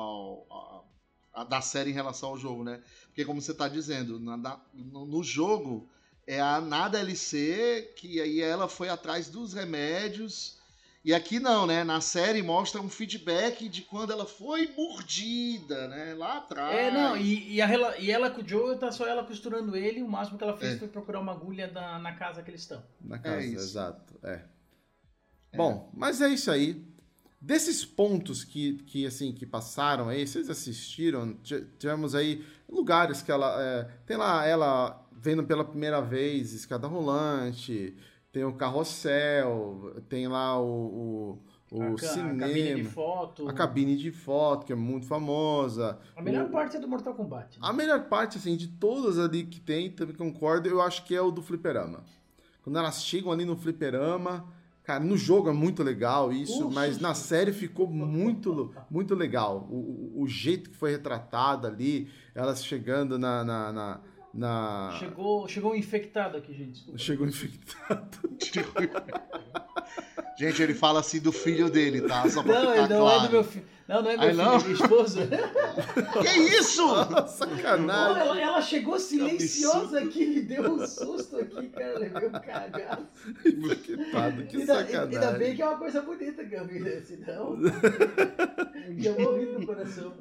da série em relação ao jogo, né? Porque como você tá dizendo, no jogo na DLC, que aí ela foi atrás dos remédios. E aqui não, né? Na série mostra um feedback de quando ela foi mordida, né? Lá atrás. E ela com o Joel, tá só ela costurando ele, o máximo que ela fez foi procurar uma agulha na casa que eles estão. Na casa, exato. Bom, mas é isso aí. Desses pontos que passaram aí, vocês assistiram, tivemos aí lugares que ela... tem lá ela vendo pela primeira vez escada rolante... Tem o carrossel, tem lá o cinema. A cabine de foto. A cabine de foto, que é muito famosa. A melhor parte é do Mortal Kombat. Né? A melhor parte, assim, de todas ali que tem, também concordo, eu acho que é o do fliperama. Quando elas chegam ali no fliperama, cara, no jogo é muito legal isso, mas na série ficou muito, muito legal. O jeito que foi retratado ali, elas chegando Chegou um infectado aqui, gente. Desculpa. Chegou infectado. Gente, ele fala assim do filho dele, tá? Só pra ficar claro. É do meu filho. Não é meu filho, é minha esposa. Que isso? Sacanagem. Ela chegou silenciosa aqui, me deu um susto aqui, cara. Levei um cagaço. Que sacanagem. Ainda bem que é uma coisa bonita que eu vi, né? Senão eu morri no coração.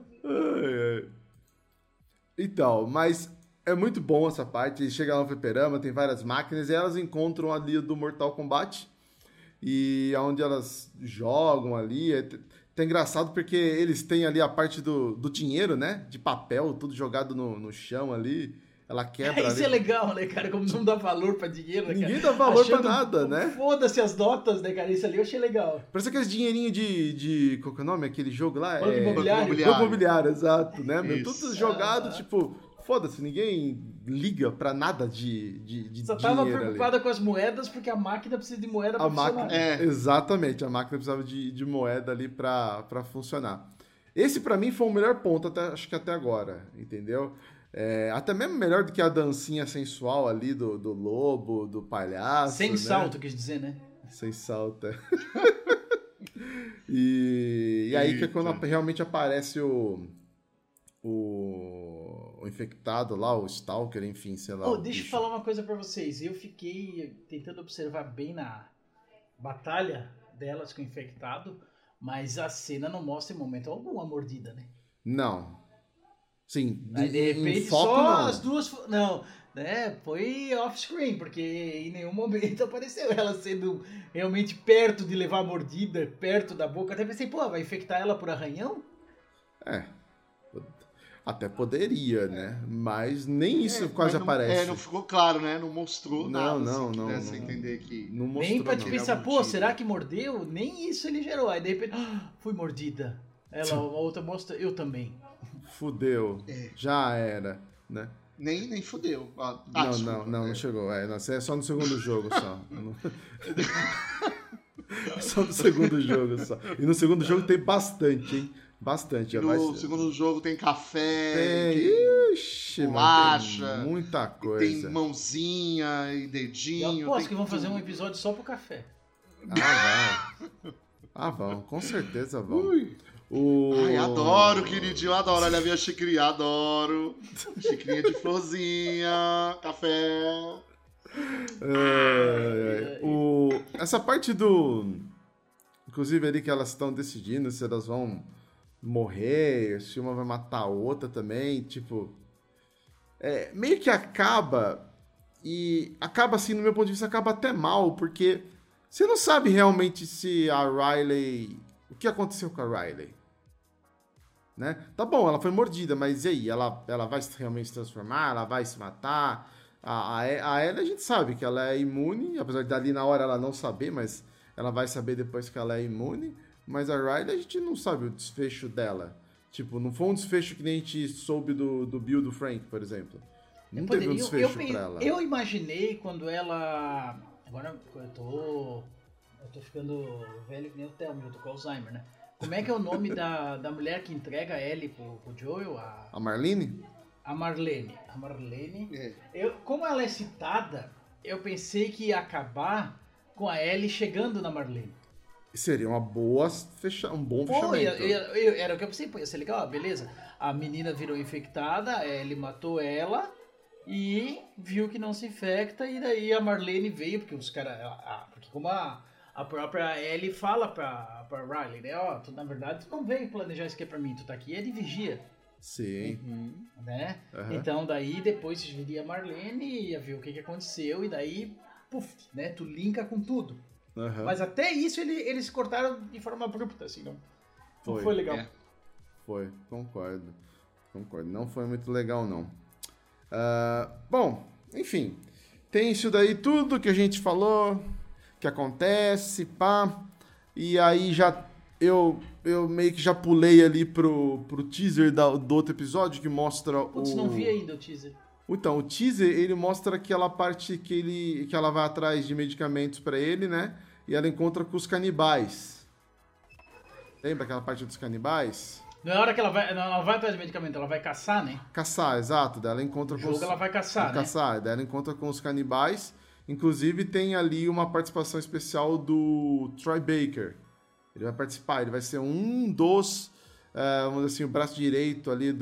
Então, mas... É muito bom essa parte, chega lá no fliperama, tem várias máquinas, e elas encontram ali do Mortal Kombat, e onde elas jogam ali, é engraçado porque eles têm ali a parte do dinheiro, né, de papel, tudo jogado no chão ali, ela quebra Isso ali. É legal, né, cara, como não dá valor pra dinheiro, né, Ninguém dá valor pra nada, né? Foda-se as notas, né, cara, isso ali eu achei legal. Parece aqueles dinheirinhos de qual que é o nome, aquele jogo lá? Banco Imobiliário. Banco Imobiliário, exato, né, meu, tudo jogado, tipo... Foda-se, ninguém liga pra nada de Só tava preocupada com as moedas, porque a máquina precisa de moeda pra funcionar. Exatamente, a máquina precisava de moeda ali pra funcionar. Esse pra mim foi o melhor ponto, acho que até agora, entendeu? Até mesmo melhor do que a dancinha sensual ali do lobo, do palhaço. Sem salto, quis dizer, né? Sem salto, E aí que é quando realmente aparece o infectado lá, o Stalker, enfim, sei lá. Deixa eu falar uma coisa pra vocês. Eu fiquei tentando observar bem na batalha delas com o infectado, mas a cena não mostra em momento algum a mordida, né? Não. Sim, aí, de repente foco, só não. as duas... Não, né? Foi off-screen, porque em nenhum momento apareceu ela sendo realmente perto de levar a mordida, perto da boca. Até pensei, vai infectar ela por arranhão? Até poderia, né? Mas nem isso quase aparece. Não ficou claro, né? Não mostrou nada. Não. Entender que... Não mostrou, nem pra te pensar, será que mordeu? Nem isso ele gerou. Aí de repente, fui mordida. Ela, a outra mostra, eu também. Fudeu. Já era, né? Nem fudeu. Não chegou. Não, é só no segundo jogo só. Só no segundo jogo só. E no segundo jogo tem bastante, hein? Bastante. No segundo jogo tem café, Ixi, bolacha, tem muita coisa. Tem mãozinha e dedinho. Eu aposto que vão fazer um episódio só pro café. Vão. Com certeza vão. Ai, adoro, queridinho, adoro. Olha a minha xicrinha, adoro. Xicrinha de florzinha, café. Essa parte do... Inclusive ali que elas estão decidindo se elas vão morrer, se uma vai matar a outra também, tipo... meio que acaba, e acaba assim, no meu ponto de vista, acaba até mal, porque você não sabe realmente se a Riley... O que aconteceu com a Riley? né? Tá bom, ela foi mordida, mas e aí? Ela vai realmente se transformar? Ela vai se matar? A Ellie a gente sabe que ela é imune, apesar de dali na hora ela não saber, mas ela vai saber depois que ela é imune. Mas a Riley a gente não sabe o desfecho dela. Tipo, não foi um desfecho que nem a gente soube do Bill do Frank, por exemplo. Não teve um desfecho pra ela. Eu imaginei quando ela... Agora eu tô ficando velho que nem o Thelma, eu tô com Alzheimer, né? Como é que é o nome da mulher que entrega a Ellie pro Joel? A Marlene? A Marlene. Como ela é citada, eu pensei que ia acabar com a Ellie chegando na Marlene. Seria um bom fechamento. Era o que eu pensei, ia ser legal, beleza. A menina virou infectada, a Ellie matou ela e viu que não se infecta, e daí a Marlene veio, porque os caras... Porque como a própria Ellie fala pra Riley, né? Ó, na verdade tu não veio planejar isso aqui pra mim, tu tá aqui é de vigia. Sim. Né? Então daí depois viria a Marlene, ia ver o que aconteceu, e daí, né? Tu linka com tudo. Mas até isso eles cortaram de forma abrupta, assim, não foi legal. Foi, concordo. Não foi muito legal, não. Bom, enfim, tem isso daí, tudo que a gente falou, que acontece, pá, e aí eu meio que já pulei ali pro teaser do outro episódio, que mostra Putz, não vi ainda o teaser. Então, o teaser, ele mostra aquela parte que ela vai atrás de medicamentos pra ele, né? E ela encontra com os canibais. Lembra aquela parte dos canibais? Não é hora que ela vai atrás de medicamento, ela vai caçar, né? Caçar, exato. Daí ela encontra com ela vai caçar, né? Daí ela encontra com os canibais. Inclusive, tem ali uma participação especial do Troy Baker. Ele vai participar, ele vai ser um dos... vamos dizer assim, o braço direito ali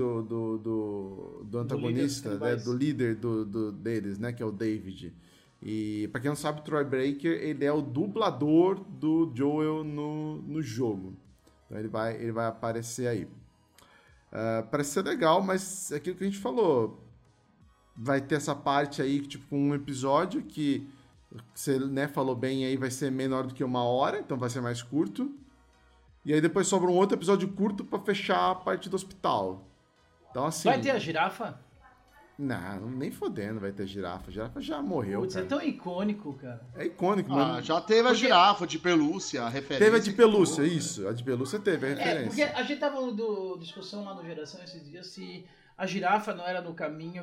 do antagonista, do líder deles, né, que é o David. E pra quem não sabe, Troy Baker, ele é o dublador do Joel no jogo. Então ele vai aparecer aí. Parece ser legal, mas é aquilo que a gente falou. Vai ter essa parte aí, tipo, um episódio que você, né, falou bem aí, vai ser menor do que 1 hora, então vai ser mais curto. E aí depois sobra um outro episódio curto pra fechar a parte do hospital. Então, assim... Vai ter a girafa? Não, nem fodendo vai ter girafa. A girafa já morreu, Putz, cara. é tão icônico, cara. É icônico, mano. Já teve a girafa de pelúcia, a referência. Teve a de pelúcia, isso. A de pelúcia teve a referência. Porque a gente tava discussão lá no Geração esses dias se a girafa não era no caminho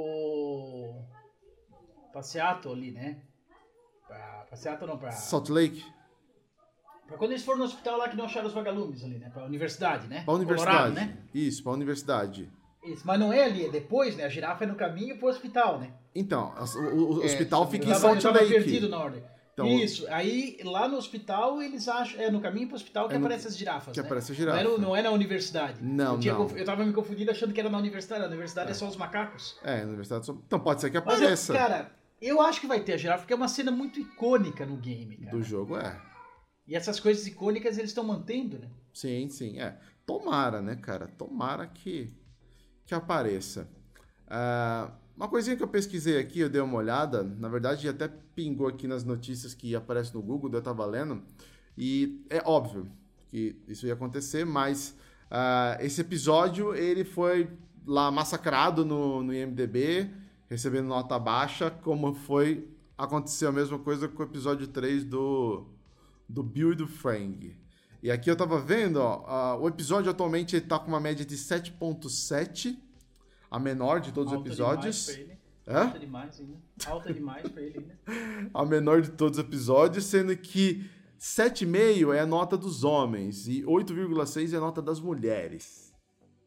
pra Seattle ali, né? Pra Seattle não, pra... Salt Lake? Pra quando eles foram no hospital lá que não acharam os vagalumes ali, né? Pra universidade, né? Pra universidade, Colorado, né? Isso, pra universidade. Isso, mas não é ali, é depois, né? A girafa é no caminho pro hospital, né? Então, o hospital fica em Salt Lake. Eu tava perdido na ordem. Então, isso, aí lá no hospital eles acham, no caminho pro hospital que aparecem as girafas, né? Aparece a girafa. Não é na universidade. Não. Eu tava me confundindo achando que era na universidade. A universidade é só os macacos. Na universidade só... Então pode ser que apareça. Mas, cara, eu acho que vai ter a girafa, porque é uma cena muito icônica no game, cara. Do jogo, E essas coisas icônicas eles estão mantendo, né? Sim, Tomara, né, cara? Tomara que apareça. Uma coisinha que eu pesquisei aqui, eu dei uma olhada, na verdade até pingou aqui nas notícias que aparecem no Google, eu tava lendo, e é óbvio que isso ia acontecer, mas esse episódio, ele foi lá massacrado no IMDb, recebendo nota baixa, como aconteceu a mesma coisa com o episódio 3 do Bill e do Frank. E aqui eu tava vendo, o episódio atualmente ele tá com uma média de 7.7, a menor de todos os episódios. Alta demais ainda. Alta demais pra ele ainda. A menor de todos os episódios, sendo que 7,5 é a nota dos homens e 8,6 é a nota das mulheres.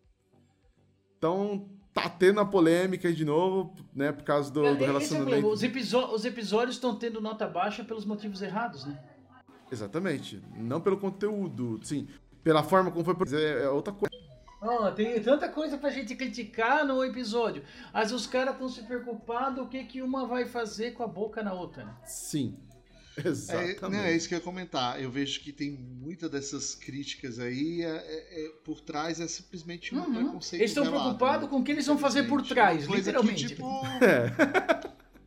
Então, tá tendo a polêmica de novo, né, por causa do relacionamento. Os episódios estão tendo nota baixa pelos motivos errados, né? Exatamente. Não pelo conteúdo, sim. Pela forma como foi, por dizer, é outra coisa. Tem tanta coisa pra gente criticar no episódio. Mas os caras estão se preocupando o que uma vai fazer com a boca na outra, né? Sim. Exatamente. É isso que eu ia comentar. Eu vejo que tem muitas dessas críticas aí, por trás é simplesmente um preconceito. Eles estão preocupados com o que eles vão fazer por trás, literalmente. Que,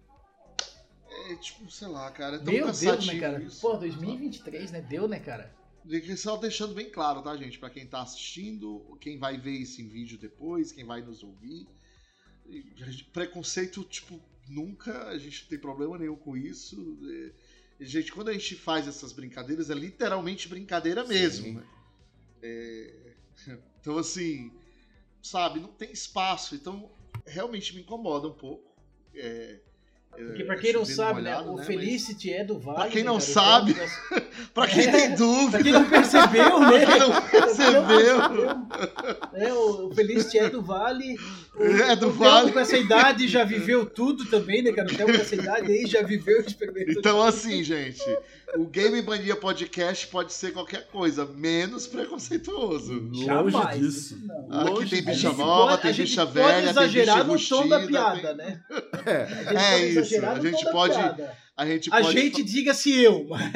tipo, sei lá, cara, é tão Deus, né, cara? isso. Pô, 2023, né? Deu, né, cara? Só deixando bem claro, tá, gente? Pra quem tá assistindo, quem vai ver esse vídeo depois, quem vai nos ouvir. Preconceito, tipo, nunca, a gente não tem problema nenhum com isso. Gente, quando a gente faz essas brincadeiras, é literalmente brincadeira mesmo, né? Então, assim, sabe, não tem espaço. Então, realmente me incomoda um pouco. Porque pra quem não sabe, molhado, né, o Felicity é do Vale. Pra quem não sabe, pra quem tem dúvida. Pra quem não percebeu, né? Pra quem não percebeu. O Felicity é do Vale. É do Vale. Com essa idade já viveu tudo também, né, cara? O Theo com essa idade aí já viveu e experimentou. Então, assim, gente, o Game Mania Podcast pode ser qualquer coisa, menos preconceituoso. Longe disso. Aqui tem bicha nova, tem bicha velha, tem bicha rustida. Tom da piada, né? É isso. A gente diga-se eu, mas...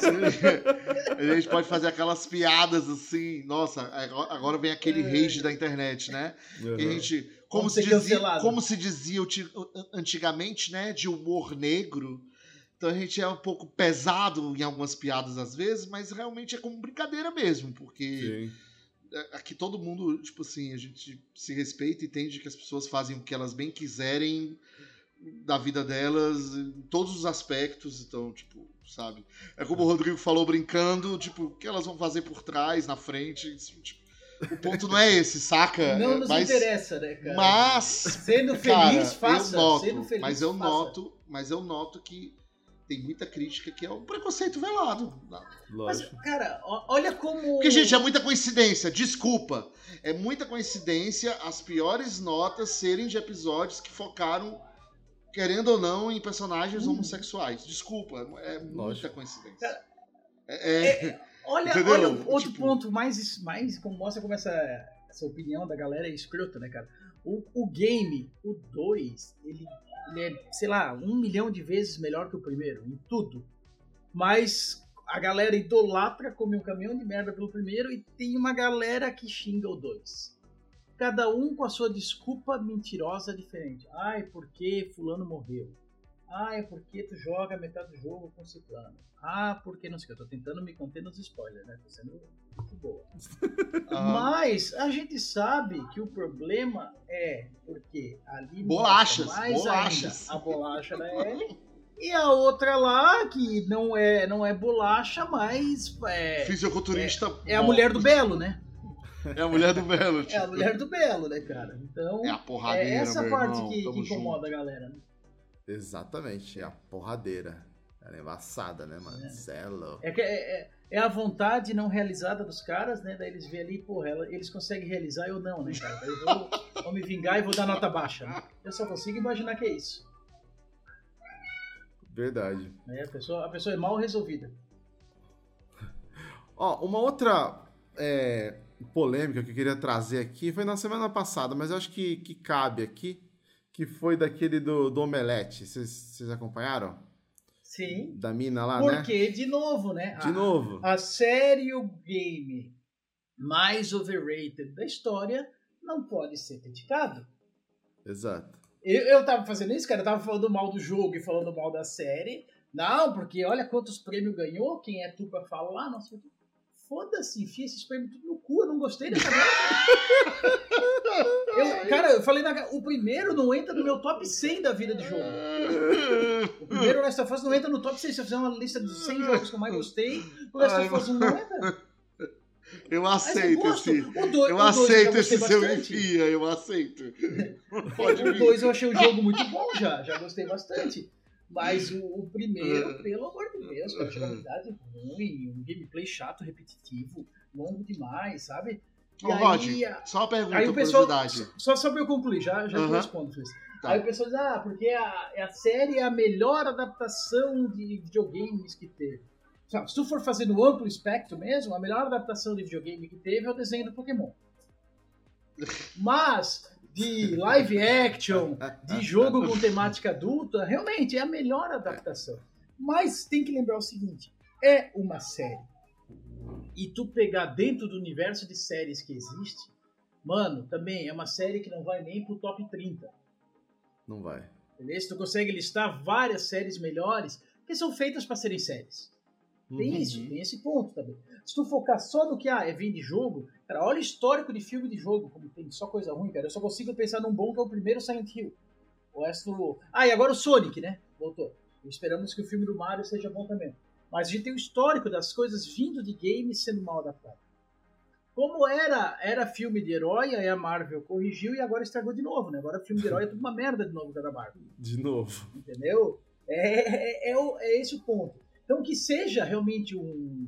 A gente pode fazer aquelas piadas assim, nossa, agora vem aquele rage da internet, né? Uhum. Que a gente, como se dizia antigamente, né, de humor negro. Então a gente é um pouco pesado em algumas piadas às vezes, mas realmente é como brincadeira mesmo, porque aqui todo mundo, tipo assim, a gente se respeita e entende que as pessoas fazem o que elas bem quiserem da vida delas, em todos os aspectos, então, tipo, sabe? É como o Rodrigo falou brincando, tipo, o que elas vão fazer por trás, na frente, tipo, o ponto não é esse, saca? Não nos interessa, né, cara? Mas, sendo feliz, faça. Mas eu noto que tem muita crítica que é um preconceito velado. Mas, cara, olha como... Porque, gente, é muita coincidência, desculpa. É muita coincidência as piores notas serem de episódios que focaram, querendo ou não, em personagens homossexuais. Desculpa, é muita coincidência. Cara, olha outro ponto mais como mostra como essa opinião da galera é escrota, né, cara? O game, o 2, ele é, sei lá, 1 milhão de vezes melhor que o primeiro, em tudo. Mas a galera idolatra, come um caminhão de merda pelo primeiro e tem uma galera que xinga o 2. Cada um com a sua desculpa mentirosa diferente. Ai, porque fulano morreu. Ai, porque tu joga metade do jogo com ciclano. Ah, porque não sei o que. Eu tô tentando me conter nos spoilers, né? Tô sendo muito boa. Mas a gente sabe que o problema é porque ali bolachas. Ainda a bolacha da Ellie e a outra lá que não é bolacha, mas fisiculturista. É a mulher do Belo, né? É a mulher do Belo. Tipo. É a mulher do Belo, né, cara? Então, é a porradeira, é essa parte irmão, que incomoda a galera, né? Exatamente, é a porradeira. Ela é embaçada, né, mano? Celo. É a vontade não realizada dos caras, né? Daí eles veem ali, porra, eles conseguem realizar, eu não, né, cara? Daí eu vou me vingar e vou dar nota baixa, né? Eu só consigo imaginar que é isso. Verdade. A pessoa é mal resolvida. Ó, uma outra polêmica que eu queria trazer aqui foi na semana passada, mas eu acho que cabe aqui, que foi daquele do Omelete. Vocês acompanharam? Sim. Da mina lá, né? Porque, de novo, né? De novo. A série e o game mais overrated da história não pode ser criticado. Exato. Eu tava fazendo isso, cara. Eu tava falando mal do jogo e falando mal da série. Não, porque olha quantos prêmios ganhou. Quem é tu pra falar? Nossa, foda-se, enfia esses prêmios tudo no cu. Eu não gostei dessa merda. Eu falei, o primeiro não entra no meu top 100 da vida de jogo. O primeiro Last of Us não entra no top 100. Se eu fizer uma lista dos 100 jogos que eu mais gostei, o Last of Us 1 não entra. Eu aceito esse seu enfia, eu aceito. O 2 eu achei o jogo muito bom já gostei bastante. Mas o primeiro, pelo amor de Deus, cara, jogabilidade ruim, um gameplay chato, repetitivo, longo demais, sabe? E Rod, só uma pergunta, curiosidade. Só pra eu concluir, já te respondo, Feliz. Tá. Aí o pessoal diz, porque a série é a melhor adaptação de videogames que teve. Se tu for fazer no amplo espectro mesmo, a melhor adaptação de videogame que teve é o desenho do Pokémon. Mas, de live action, de jogo com temática adulta, realmente é a melhor adaptação. Mas tem que lembrar o seguinte, é uma série. E tu pegar dentro do universo de séries que existe, mano, também é uma série que não vai nem pro top 30. Não vai. Beleza? Tu consegue listar várias séries melhores que são feitas para serem séries. Tem isso, tem esse ponto também. Se tu focar só no que vem de jogo, cara, olha o histórico de filme de jogo, como tem só coisa ruim, cara. Eu só consigo pensar num bom que é o primeiro Silent Hill. O resto... e agora o Sonic, né? Voltou. Esperamos que o filme do Mario seja bom também. Mas a gente tem o histórico das coisas vindo de games sendo mal adaptadas. Como era filme de herói, aí a Marvel corrigiu e agora estragou de novo, né? Agora o filme de herói é tudo uma merda de novo da Marvel. De novo. Entendeu? É esse o ponto. Então que seja realmente um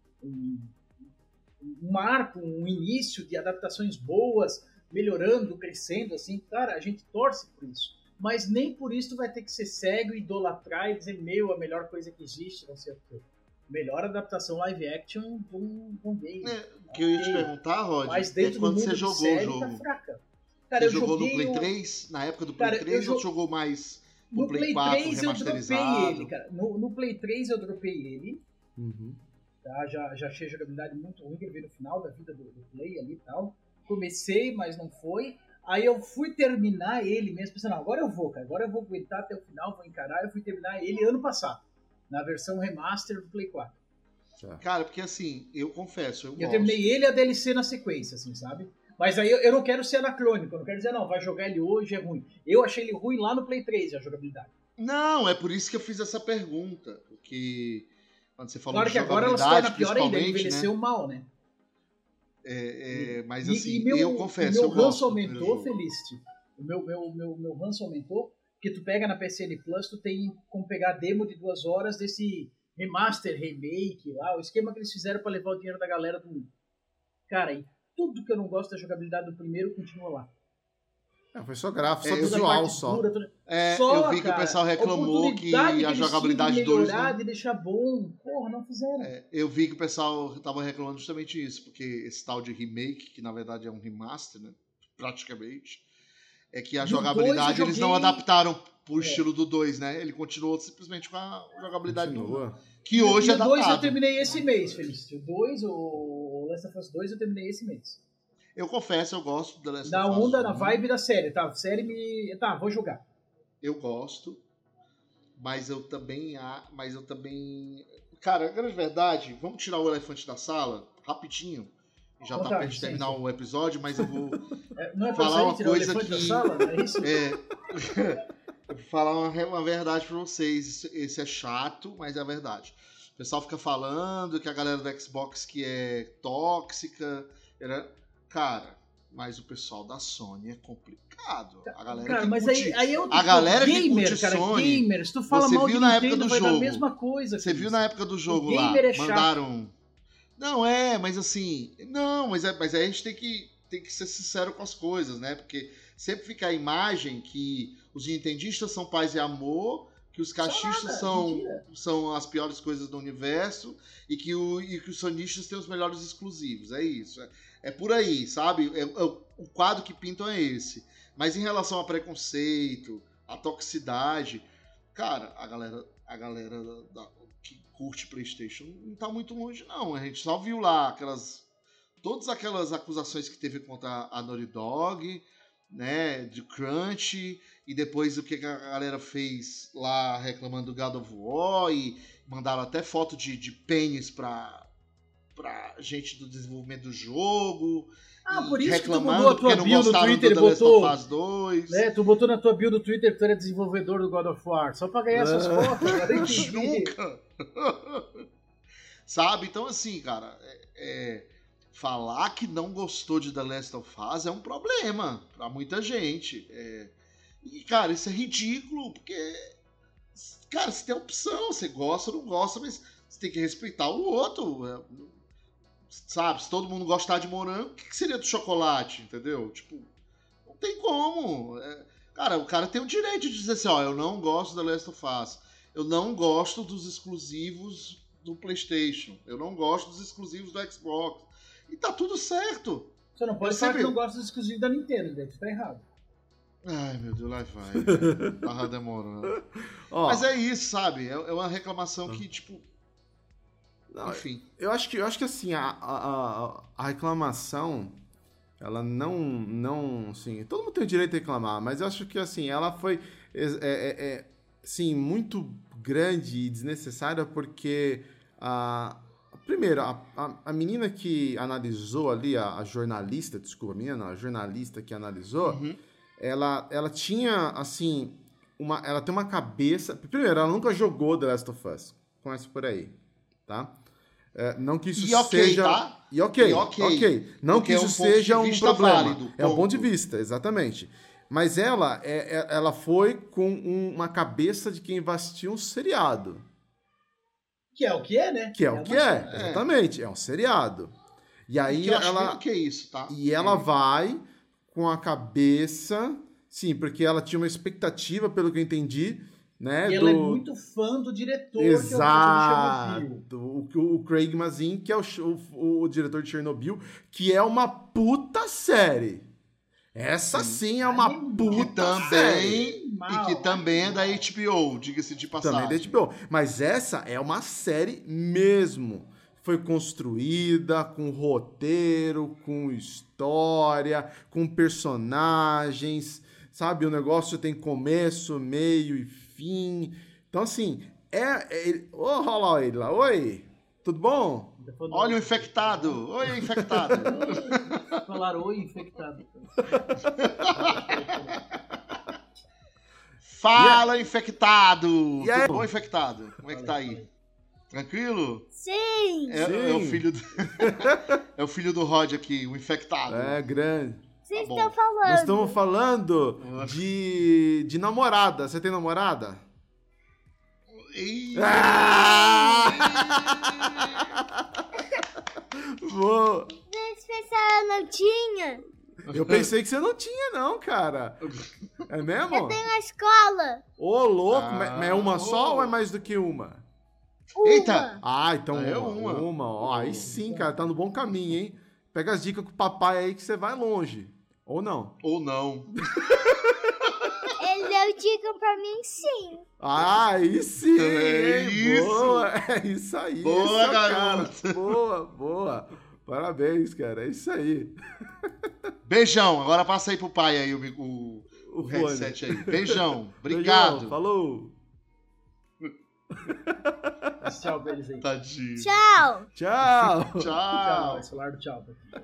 marco, um início de adaptações boas, melhorando, crescendo, assim, cara, a gente torce por isso. Mas nem por isso vai ter que ser cego, idolatrar e dizer, a melhor coisa que existe, não sei o quê. Melhor adaptação live action de um game. O que eu ia te perguntar, Rod, mas dentro quando do mundo você jogou o jogo. Tá fraca. Cara, você jogou no Play 3? Na época do Play 3 ou jogou mais no Play 4 remasterizado? Eu dropei ele, cara. No Play 3 eu dropei ele. Tá? Já achei a jogabilidade muito ruim, eu vi no final da vida do Play ali e tal. Comecei, mas não foi. Aí eu fui terminar ele mesmo, pensando, agora eu vou aguentar até o final, vou encarar. Eu fui terminar ele ano passado, na versão remaster do Play 4. Cara, porque assim, eu confesso, eu gosto. Terminei ele e a DLC na sequência, assim, sabe? Mas aí eu não quero ser anacrônico, eu não quero dizer, vai jogar ele hoje, é ruim. Eu achei ele ruim lá no Play 3, a jogabilidade. Não, é por isso que eu fiz essa pergunta, porque quando você falou de jogabilidade, agora ela se torna pior ainda, ele envelheceu mal, né? Mas assim, eu confesso, eu gosto. O meu ranço aumentou, Felicity. O meu ranço aumentou, porque tu pega na PSN Plus, tu tem como pegar demo de 2 horas desse remaster, remake lá, o esquema que eles fizeram pra levar o dinheiro da galera do 1. Cara, e tudo que eu não gosto da jogabilidade do primeiro continua lá. Foi só gráfico, só visual só. Eu vi que o pessoal reclamou que a jogabilidade de melhorar, de deixar bom. Porra, não fizeram. Eu vi que o pessoal tava reclamando justamente isso, porque esse tal de remake, que na verdade é um remaster, né? Praticamente, é que a jogabilidade eles não adaptaram pro estilo do 2, né? Ele continuou simplesmente com a jogabilidade do 1. Que hoje é adaptado. O 2 eu terminei esse mês, Felício. O 2, o Last of Us 2 eu terminei esse mês. Eu confesso, eu gosto do Last of Us. Da onda, na vibe da série, tá? Vou jogar. Eu gosto, mas eu também... Cara, a grande verdade, vamos tirar o elefante da sala, rapidinho. Já tá perto de terminar o episódio, mas eu vou falar uma coisa que... Da sala, não é isso? Falar uma verdade pra vocês. Esse é chato, mas é a verdade. O pessoal fica falando que a galera do Xbox que é tóxica. Cara, mas o pessoal da Sony é complicado. A galera cara, que mas curte, aí eu a galera gamer, que curte cara, Sony. Gamers, tu fala você mal viu de na Nintendo, época do vai jogo. dar a mesma coisa. Você viu na época do jogo lá? Mandaram. Não mas assim, mas aí a gente tem que ser sincero com as coisas, né? Porque sempre fica a imagem que os nintendistas são paz e amor, que os caixistas são as piores coisas do universo e que os sonistas têm os melhores exclusivos. É isso. É por aí, sabe? O quadro que pintam é esse. Mas em relação a preconceito, a toxicidade, cara, a galera que curte PlayStation não tá muito longe, não. A gente só viu lá todas aquelas acusações que teve contra a Naughty Dog, né, de Crunch, e depois o que a galera fez lá reclamando do God of War, e mandaram até foto de pênis pra gente do desenvolvimento do jogo. Por isso reclamando que tu mudou a tua bio no Twitter, tu botou na tua bio do Twitter que tu era desenvolvedor do God of War, só pra ganhar essas fotos. Nunca! Sabe? Então assim, cara, falar que não gostou de The Last of Us é um problema pra muita gente. E, cara, isso é ridículo, porque, cara, você tem opção, você gosta ou não gosta, mas você tem que respeitar o outro. Sabe? Se todo mundo gostar de morango, o que seria do chocolate, entendeu? Tipo, não tem como. Cara, o cara tem o direito de dizer assim, eu não gosto da Last of Us, eu não gosto dos exclusivos do PlayStation, eu não gosto dos exclusivos do Xbox, e tá tudo certo. Você não pode falar que não gosta dos exclusivos da Nintendo, daí tu tá errado. Ai, meu Deus, lá vai. Tava demorando. Mas é isso, sabe? É uma reclamação que, tipo... Não, enfim. Eu acho que assim, a reclamação, ela não, assim, todo mundo tem o direito de reclamar, mas eu acho que, assim, ela foi, sim, muito grande e desnecessária, porque Primeiro, a menina que analisou ali, a jornalista que analisou, ela tinha, assim, ela tem uma cabeça... Primeiro, ela nunca jogou The Last of Us. Começa por aí, tá? Não que isso seja... Tá? E ok. Não que isso seja um problema. Válido, é um ponto de vista, exatamente. Mas ela foi com uma cabeça de quem vai assistir um seriado. Que é o que é, né? Que é o que é, exatamente. É um seriado. E aí ela... que é isso, tá? E ela vai com a cabeça... Sim, porque ela tinha uma expectativa, pelo que eu entendi, né? E ela é muito fã do diretor. Exato. Que é o Craig Mazin, que é o diretor de Chernobyl, que é uma puta série. Essa sim é uma puta série. E que também é da HBO, diga-se de passagem. Também da HBO. Mas essa é uma série mesmo. Foi construída com roteiro, com história, com personagens, sabe? O negócio tem começo, meio e fim. Então, assim, olha lá ele lá. Oi, tudo bom? Olha o infectado. Oi, infectado. Falaram oi, infectado. Fala, infectado. E aí? Tudo bom, infectado? Como é que tá aí? Tranquilo? Sim. É o filho do... é o filho do Rod aqui, o infectado. É, grande. Vocês estão falando. Nós estamos falando de namorada. Você tem namorada? Boa. Vocês pensaram não tinha? Eu pensei que você não tinha, não, cara. É mesmo? Eu tenho na escola. Ô, louco. Mas é uma só ou é mais do que uma? Eita! Então é uma. Ó, aí sim, cara, tá no bom caminho, hein? Pega as dicas com o papai aí que você vai longe. Ou não. Ele deu dica pra mim, sim. Aí sim! É isso! Boa, é isso aí. Boa, garoto! Cara. Boa. Parabéns, cara, é isso aí. Beijão, agora passa aí pro pai aí o headset aí. Beijão, obrigado. Beijão, falou! Tchau pra eles aí. Tadinho. Tchau! Esse celular do tchau.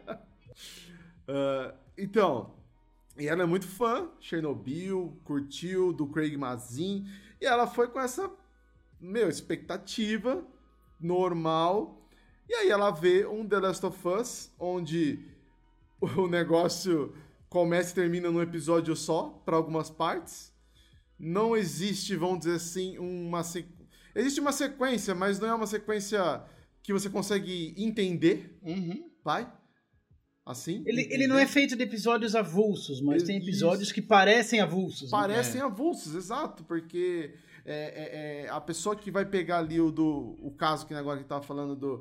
Então, e ela é muito fã, Chernobyl, curtiu, do Craig Mazin, e ela foi com essa, expectativa normal, e aí ela vê um The Last of Us, onde o negócio começa e termina num episódio só, para algumas partes. Não existe, vamos dizer assim, existe uma sequência, mas não é uma sequência que você consegue entender, vai? Assim? Ele não é feito de episódios avulsos, mas tem episódios que parecem avulsos. Parecem avulsos, exato, porque a pessoa que vai pegar ali o caso que agora que tava falando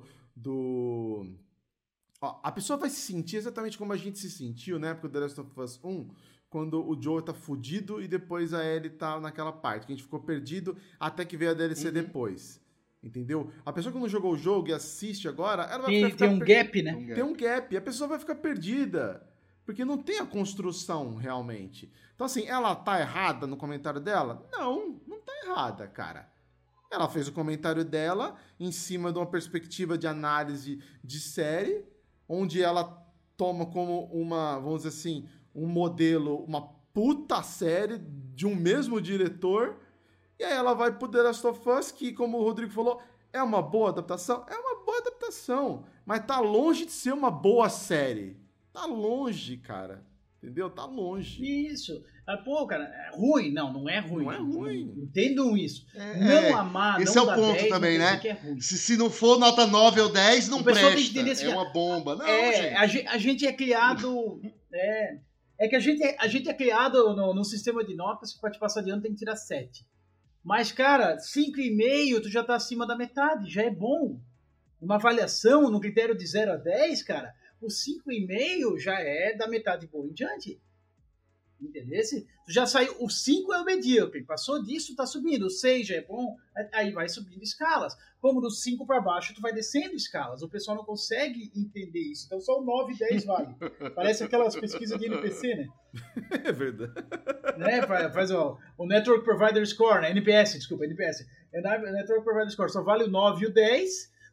a pessoa vai se sentir exatamente como a gente se sentiu, né? Porque o The Last of Us 1, quando o Joel tá fudido e depois a Ellie tá naquela parte, que a gente ficou perdido até que veio a DLC depois. Entendeu? A pessoa que não jogou o jogo e assiste agora, ela vai ficar... Tem um gap, né? Tem um gap. E a pessoa vai ficar perdida. Porque não tem a construção, realmente. Então, assim, ela tá errada no comentário dela? Não tá errada, cara. Ela fez o comentário dela em cima de uma perspectiva de análise de série, onde ela toma como vamos dizer assim, um modelo, uma puta série de um mesmo diretor. E aí ela vai pro The Last of Us, que, como o Rodrigo falou, é uma boa adaptação? É uma boa adaptação, mas tá longe de ser uma boa série. Tá longe, cara. Entendeu? Tá longe. Isso. Cara, é ruim. Não é ruim. Não é ruim. Entendam isso. Não amar, esse não é o ponto 10, também, né? Que é ruim. Se não for nota 9 ou 10, não presta. Assim, é uma bomba. Não, gente. A gente é criado... É que a gente é criado no sistema de notas que pra te passar de ano tem que tirar 7. Mas, cara, 5,5 tu já tá acima da metade, já é bom. Uma avaliação no critério de 0 a 10, cara, o 5,5 já é da metade boa em diante. Entendeu? Tu já saiu, o 5 é o medíocre, passou disso, tá subindo, o 6 já é bom, aí vai subindo escalas. Como do 5 para baixo, tu vai descendo escalas. O pessoal não consegue entender isso. Então só o 9 e 10 vale. Parece aquelas pesquisas de NPC, né? É verdade. Né? Faz o Network Provider Score, né? NPS. É Network Provider Score. Só vale o 9 e o 10.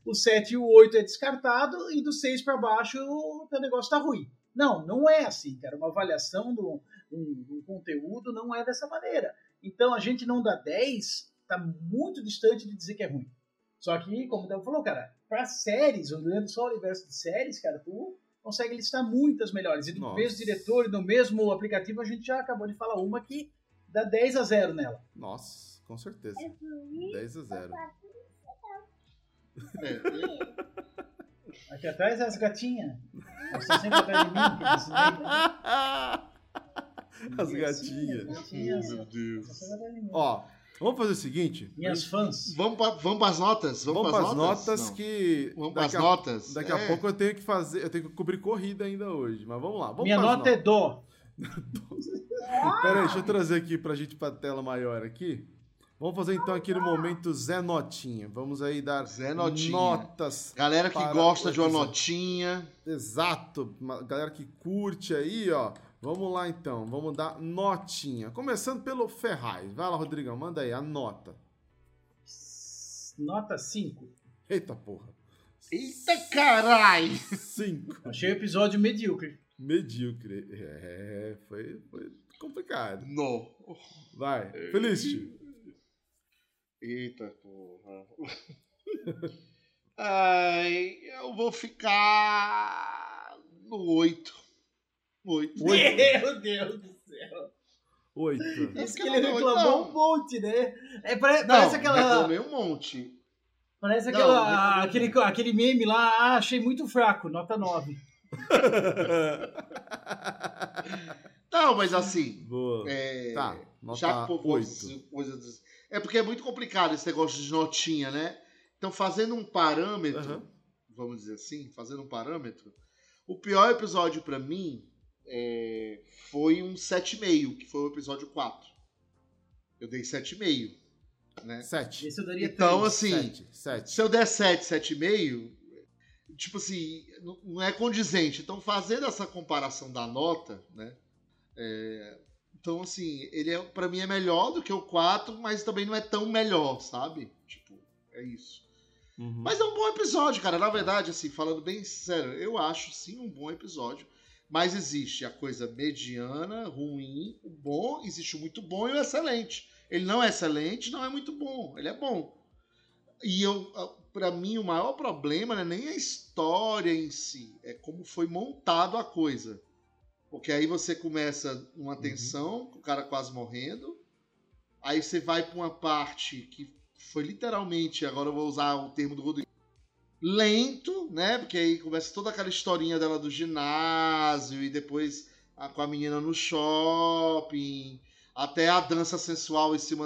o 7 e o 8 é descartado, e do 6 para baixo o teu negócio tá ruim. Não é assim, cara. Uma avaliação do conteúdo não é dessa maneira. Então a gente não dá 10, tá muito distante de dizer que é ruim. Só que, como o Del falou, cara, para séries, olhando só o universo de séries, cara, tu consegue listar muitas melhores. E do mesmo diretor e do mesmo aplicativo, a gente já acabou de falar uma que dá 10-0 nela. Nossa, com certeza. 10-0. Aqui atrás é as gatinhas. Elas estão sempre atrás de mim. As gatinhas. Meu Deus. Ó, vamos fazer o seguinte. Minhas fãs. Vamos para as notas? Vamos para as notas que... Vamos para as notas? Daqui a pouco eu tenho que cobrir corrida ainda hoje. Mas vamos lá. Minha nota é dó. Pera aí, deixa eu trazer aqui pra gente pra tela maior aqui. Vamos fazer então aquele momento Zé Notinha. Vamos aí dar notas. Galera que gosta de uma notinha. Exato. Galera que curte aí, ó. Vamos lá então. Vamos dar notinha. Começando pelo Ferraz. Vai lá, Rodrigão. Manda aí a nota. Nota 5. Eita porra. Eita carai. 5. Achei o episódio medíocre. Medíocre. Foi complicado. Não. Vai. Felicity. Eita porra. Ai, eu vou ficar no 8. 8. Meu Deus do céu. 8. Isso que ele reclamou um monte, né? Parece aquela... reclamei um monte. Parece aquele meme lá, achei muito fraco, nota 9. Não, mas assim... Boa. Tá, nota já 8. É porque é muito complicado esse negócio de notinha, né? Então, fazendo um parâmetro, vamos dizer assim, o pior episódio pra mim foi um 7,5, que foi o episódio 4. Eu dei 7,5, né? 7. Esse eu daria 3. Então, assim, 7. se eu der 7, 7,5, tipo assim, não é condizente. Então, fazendo essa comparação da nota, né? Então, assim, ele pra mim é melhor do que o 4, mas também não é tão melhor, sabe? Tipo, é isso. Uhum. Mas é um bom episódio, cara. Na verdade, assim, falando bem sério, eu acho, sim, um bom episódio. Mas existe a coisa mediana, ruim, o bom, existe o muito bom e o excelente. Ele não é excelente, não é muito bom. Ele é bom. E pra mim, o maior problema não é nem a história em si, é como foi montado a coisa. Porque aí você começa uma tensão, com o cara quase morrendo. Aí você vai pra uma parte que foi literalmente, agora eu vou usar o termo do Rodrigo, lento, né? Porque aí começa toda aquela historinha dela do ginásio e depois com a menina no shopping, até a dança sensual em cima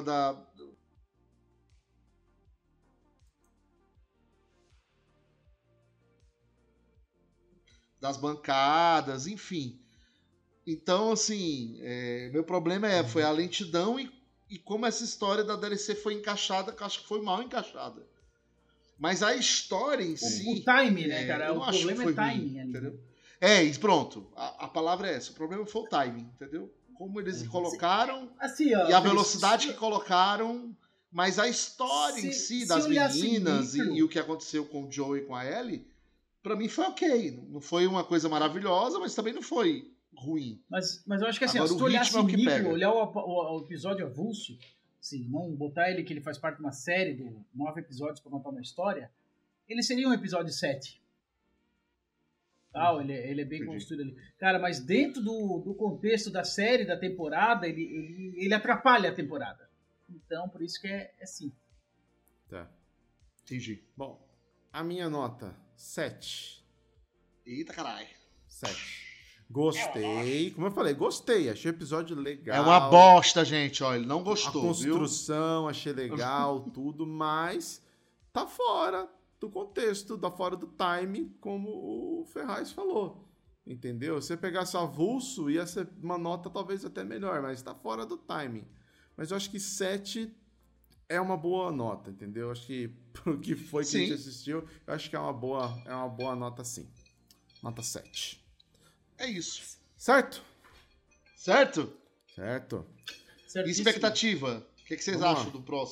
das bancadas, enfim. Então, assim, meu problema foi a lentidão e como essa história da DLC foi encaixada, que eu acho que foi mal encaixada. Mas a história em si... O time, né, cara? O problema é timing. Entendeu? Pronto. A palavra é essa. O problema foi o timing, entendeu? Como eles colocaram assim, ó, e a velocidade que colocaram, mas a história em si das meninas e o que aconteceu com o Joe e com a Ellie, pra mim foi ok. Não foi uma coisa maravilhosa, mas também não foi ruim. Mas eu acho que assim, se tu olhasse micro, olhar o episódio avulso, assim, não botar ele que ele faz parte de uma série de 9 episódios pra contar uma história, ele seria um episódio 7. Ele é bem construído ali. Cara, mas dentro do contexto da série, da temporada, ele atrapalha a temporada. Então, por isso que é assim. Tá. Entendi. Bom, a minha nota, 7. Eita, caralho. 7. Gostei. Como eu falei, gostei. Achei o episódio legal. É uma bosta, gente. Ó, ele não gostou, a construção, achei legal, tudo, mas tá fora do contexto, tá fora do time, como o Ferraz falou. Entendeu? Se você pegasse avulso, ia ser uma nota talvez até melhor, mas tá fora do timing. Mas eu acho que 7 é uma boa nota, entendeu? Acho que pro que foi que a gente assistiu, eu acho que é uma boa nota sim. Nota 7. É isso. Certo? Certo? Certo. E expectativa? O que vocês acham do próximo?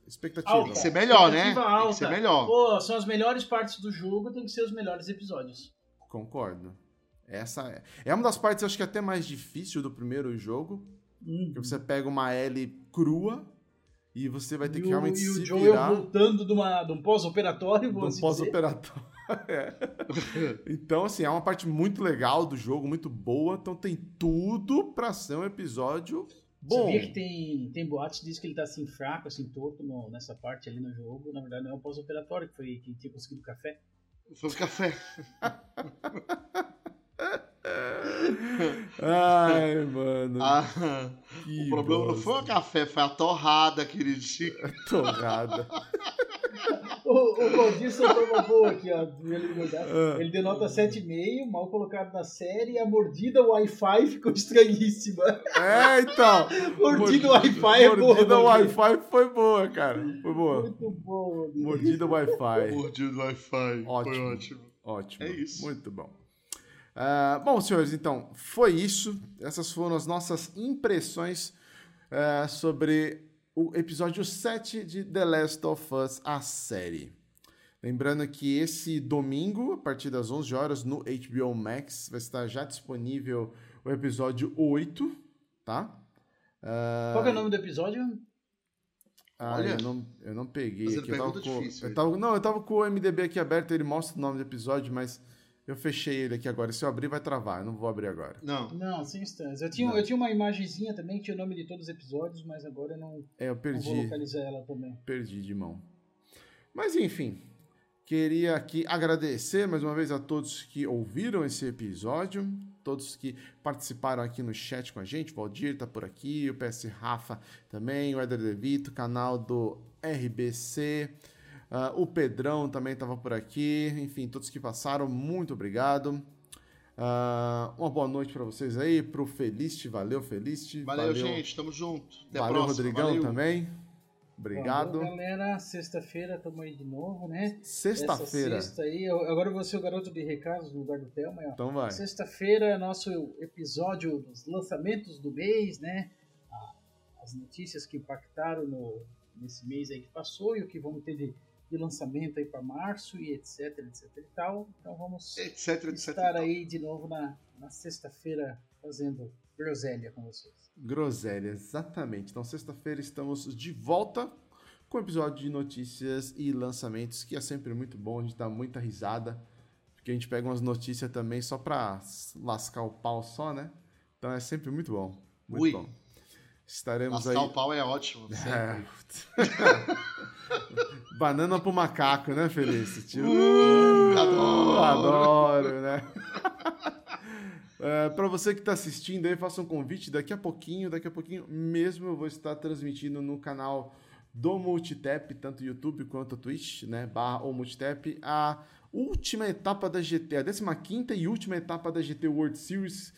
Expectativa. Tem que ser melhor, né? Alta. Tem que ser melhor. Pô, são as melhores partes do jogo, tem que ser os melhores episódios. Concordo. Essa é uma das partes, acho que até mais difícil do primeiro jogo. Que você pega uma Ellie crua e você vai ter que realmente se virar. E o Joel voltando de um pós-operatório. De um pós-operatório. Então, assim, é uma parte muito legal do jogo, muito boa. Então tem tudo pra ser um episódio bom. Sabia que tem boatos que diz que ele tá assim fraco, assim torto nessa parte ali no jogo. Na verdade não é o pós-operatório, que tinha conseguido café. Foi o café. Ai, mano. O problema não foi o café, foi a torrada, queridinho. Torrada. O Valdir soltou uma boa aqui, ó. Ele deu nota 7,5, mal colocado na série, e a mordida Wi-Fi ficou estranhíssima. Então. Mordida Wi-Fi é boa. Mordida Wi-Fi foi boa, cara. Foi boa. Muito boa. Mordida Wi-Fi. Mordida Wi-Fi. Ótimo. Foi ótimo. Ótimo. É isso. Muito bom. Bom, senhores, então, foi isso. Essas foram as nossas impressões sobre o episódio 7 de The Last of Us, a série. Lembrando que esse domingo, a partir das 11 horas, no HBO Max, vai estar já disponível o episódio 8, tá? Qual que é o nome do episódio? Olha, eu não peguei mas aqui. Eu tava com o MDB aqui aberto, ele mostra o nome do episódio, mas eu fechei ele aqui agora. Se eu abrir, vai travar. Eu não vou abrir agora. Não, sem instâncias. Eu tinha uma imagenzinha também que tinha o nome de todos os episódios, mas agora eu não, eu perdi, não vou localizar ela também. Perdi de mão. Mas enfim, queria aqui agradecer mais uma vez a todos que ouviram esse episódio, todos que participaram aqui no chat com a gente. O Valdir tá por aqui, o PS Rafa também, o Éder Devito, canal do RBC... o Pedrão também estava por aqui. Enfim, todos que passaram, muito obrigado. Uma boa noite para vocês aí. Pro Feliste, valeu, Feliste. Valeu, gente, tamo junto. Até valeu, a próxima. Rodrigão, valeu. Também. Obrigado. Valeu, galera. Sexta-feira, tamo aí de novo, né? Sexta-feira. Essa sexta aí, agora eu vou ser o garoto de recados no lugar do Thelma. Então vai. Sexta-feira é nosso episódio dos lançamentos do mês, né? As notícias que impactaram nesse mês aí que passou e o que vamos ter de lançamento aí para março e etc e tal. Então vamos estar aí de novo na sexta-feira fazendo groselha com vocês. Groselha, exatamente. Então sexta-feira estamos de volta com o episódio de notícias e lançamentos, que é sempre muito bom, a gente dá muita risada, porque a gente pega umas notícias também só para lascar o pau só, né? Então é sempre muito bom. Muito bom. Estaremos lascar aí. O pau é ótimo. Banana pro macaco, né, Felicity? Adoro, né? Para você que está assistindo aí, faça um convite. Daqui a pouquinho mesmo, eu vou estar transmitindo no canal do Multitap, tanto YouTube quanto Twitch, né? /Multitap, a última etapa da GT, a 15ª e última etapa da GT World Series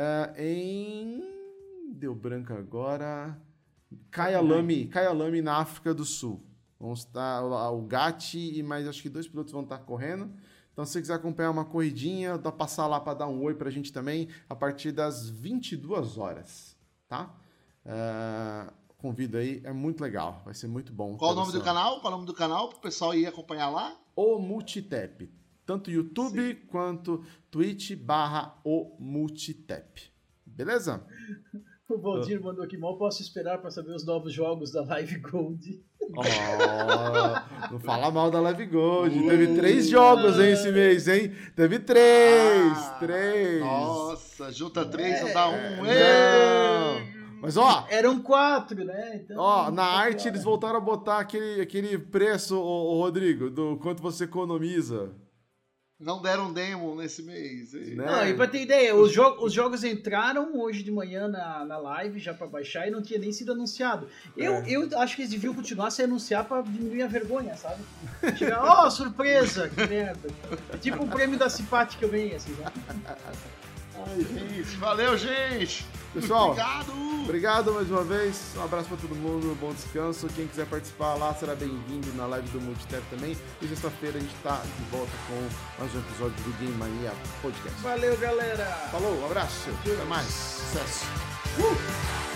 deu branco agora. Kyalami na África do Sul. Vão estar o Gatti e mais acho que 2 pilotos vão estar correndo. Então, se você quiser acompanhar uma corridinha, dá pra passar lá para dar um oi pra gente também a partir das 22 horas, tá? Convido aí, é muito legal, vai ser muito bom. Qual o nome do canal? Qual o nome do canal pro pessoal ir acompanhar lá? O Multitap. Tanto YouTube quanto Twitch /O Multitap. Beleza? O Valdir mandou aqui, mal posso esperar para saber os novos jogos da Live Gold. Não fala mal da Live Gold. Teve 3 jogos aí esse mês, hein? Teve 3. Nossa, junta 3 ou dá 1. Não. Mas eram 4, né? Então, na arte eles voltaram a botar aquele preço, Rodrigo, do quanto você economiza. Não deram demo nesse mês. Né? Não, e pra ter ideia, os jogos entraram hoje de manhã na live já pra baixar e não tinha nem sido anunciado. Eu acho que eles deviam continuar sem anunciar pra diminuir a vergonha, sabe? Chegar, surpresa, que merda. É tipo um prêmio da Cipate que eu ganhei, assim, né? Ai, gente, valeu, gente! Pessoal, obrigado! Obrigado mais uma vez, um abraço pra todo mundo, bom descanso. Quem quiser participar lá será bem-vindo na live do Multitap também. E sexta-feira a gente tá de volta com mais um episódio do Game Mania Podcast. Valeu, galera! Falou, um abraço, até mais, sucesso!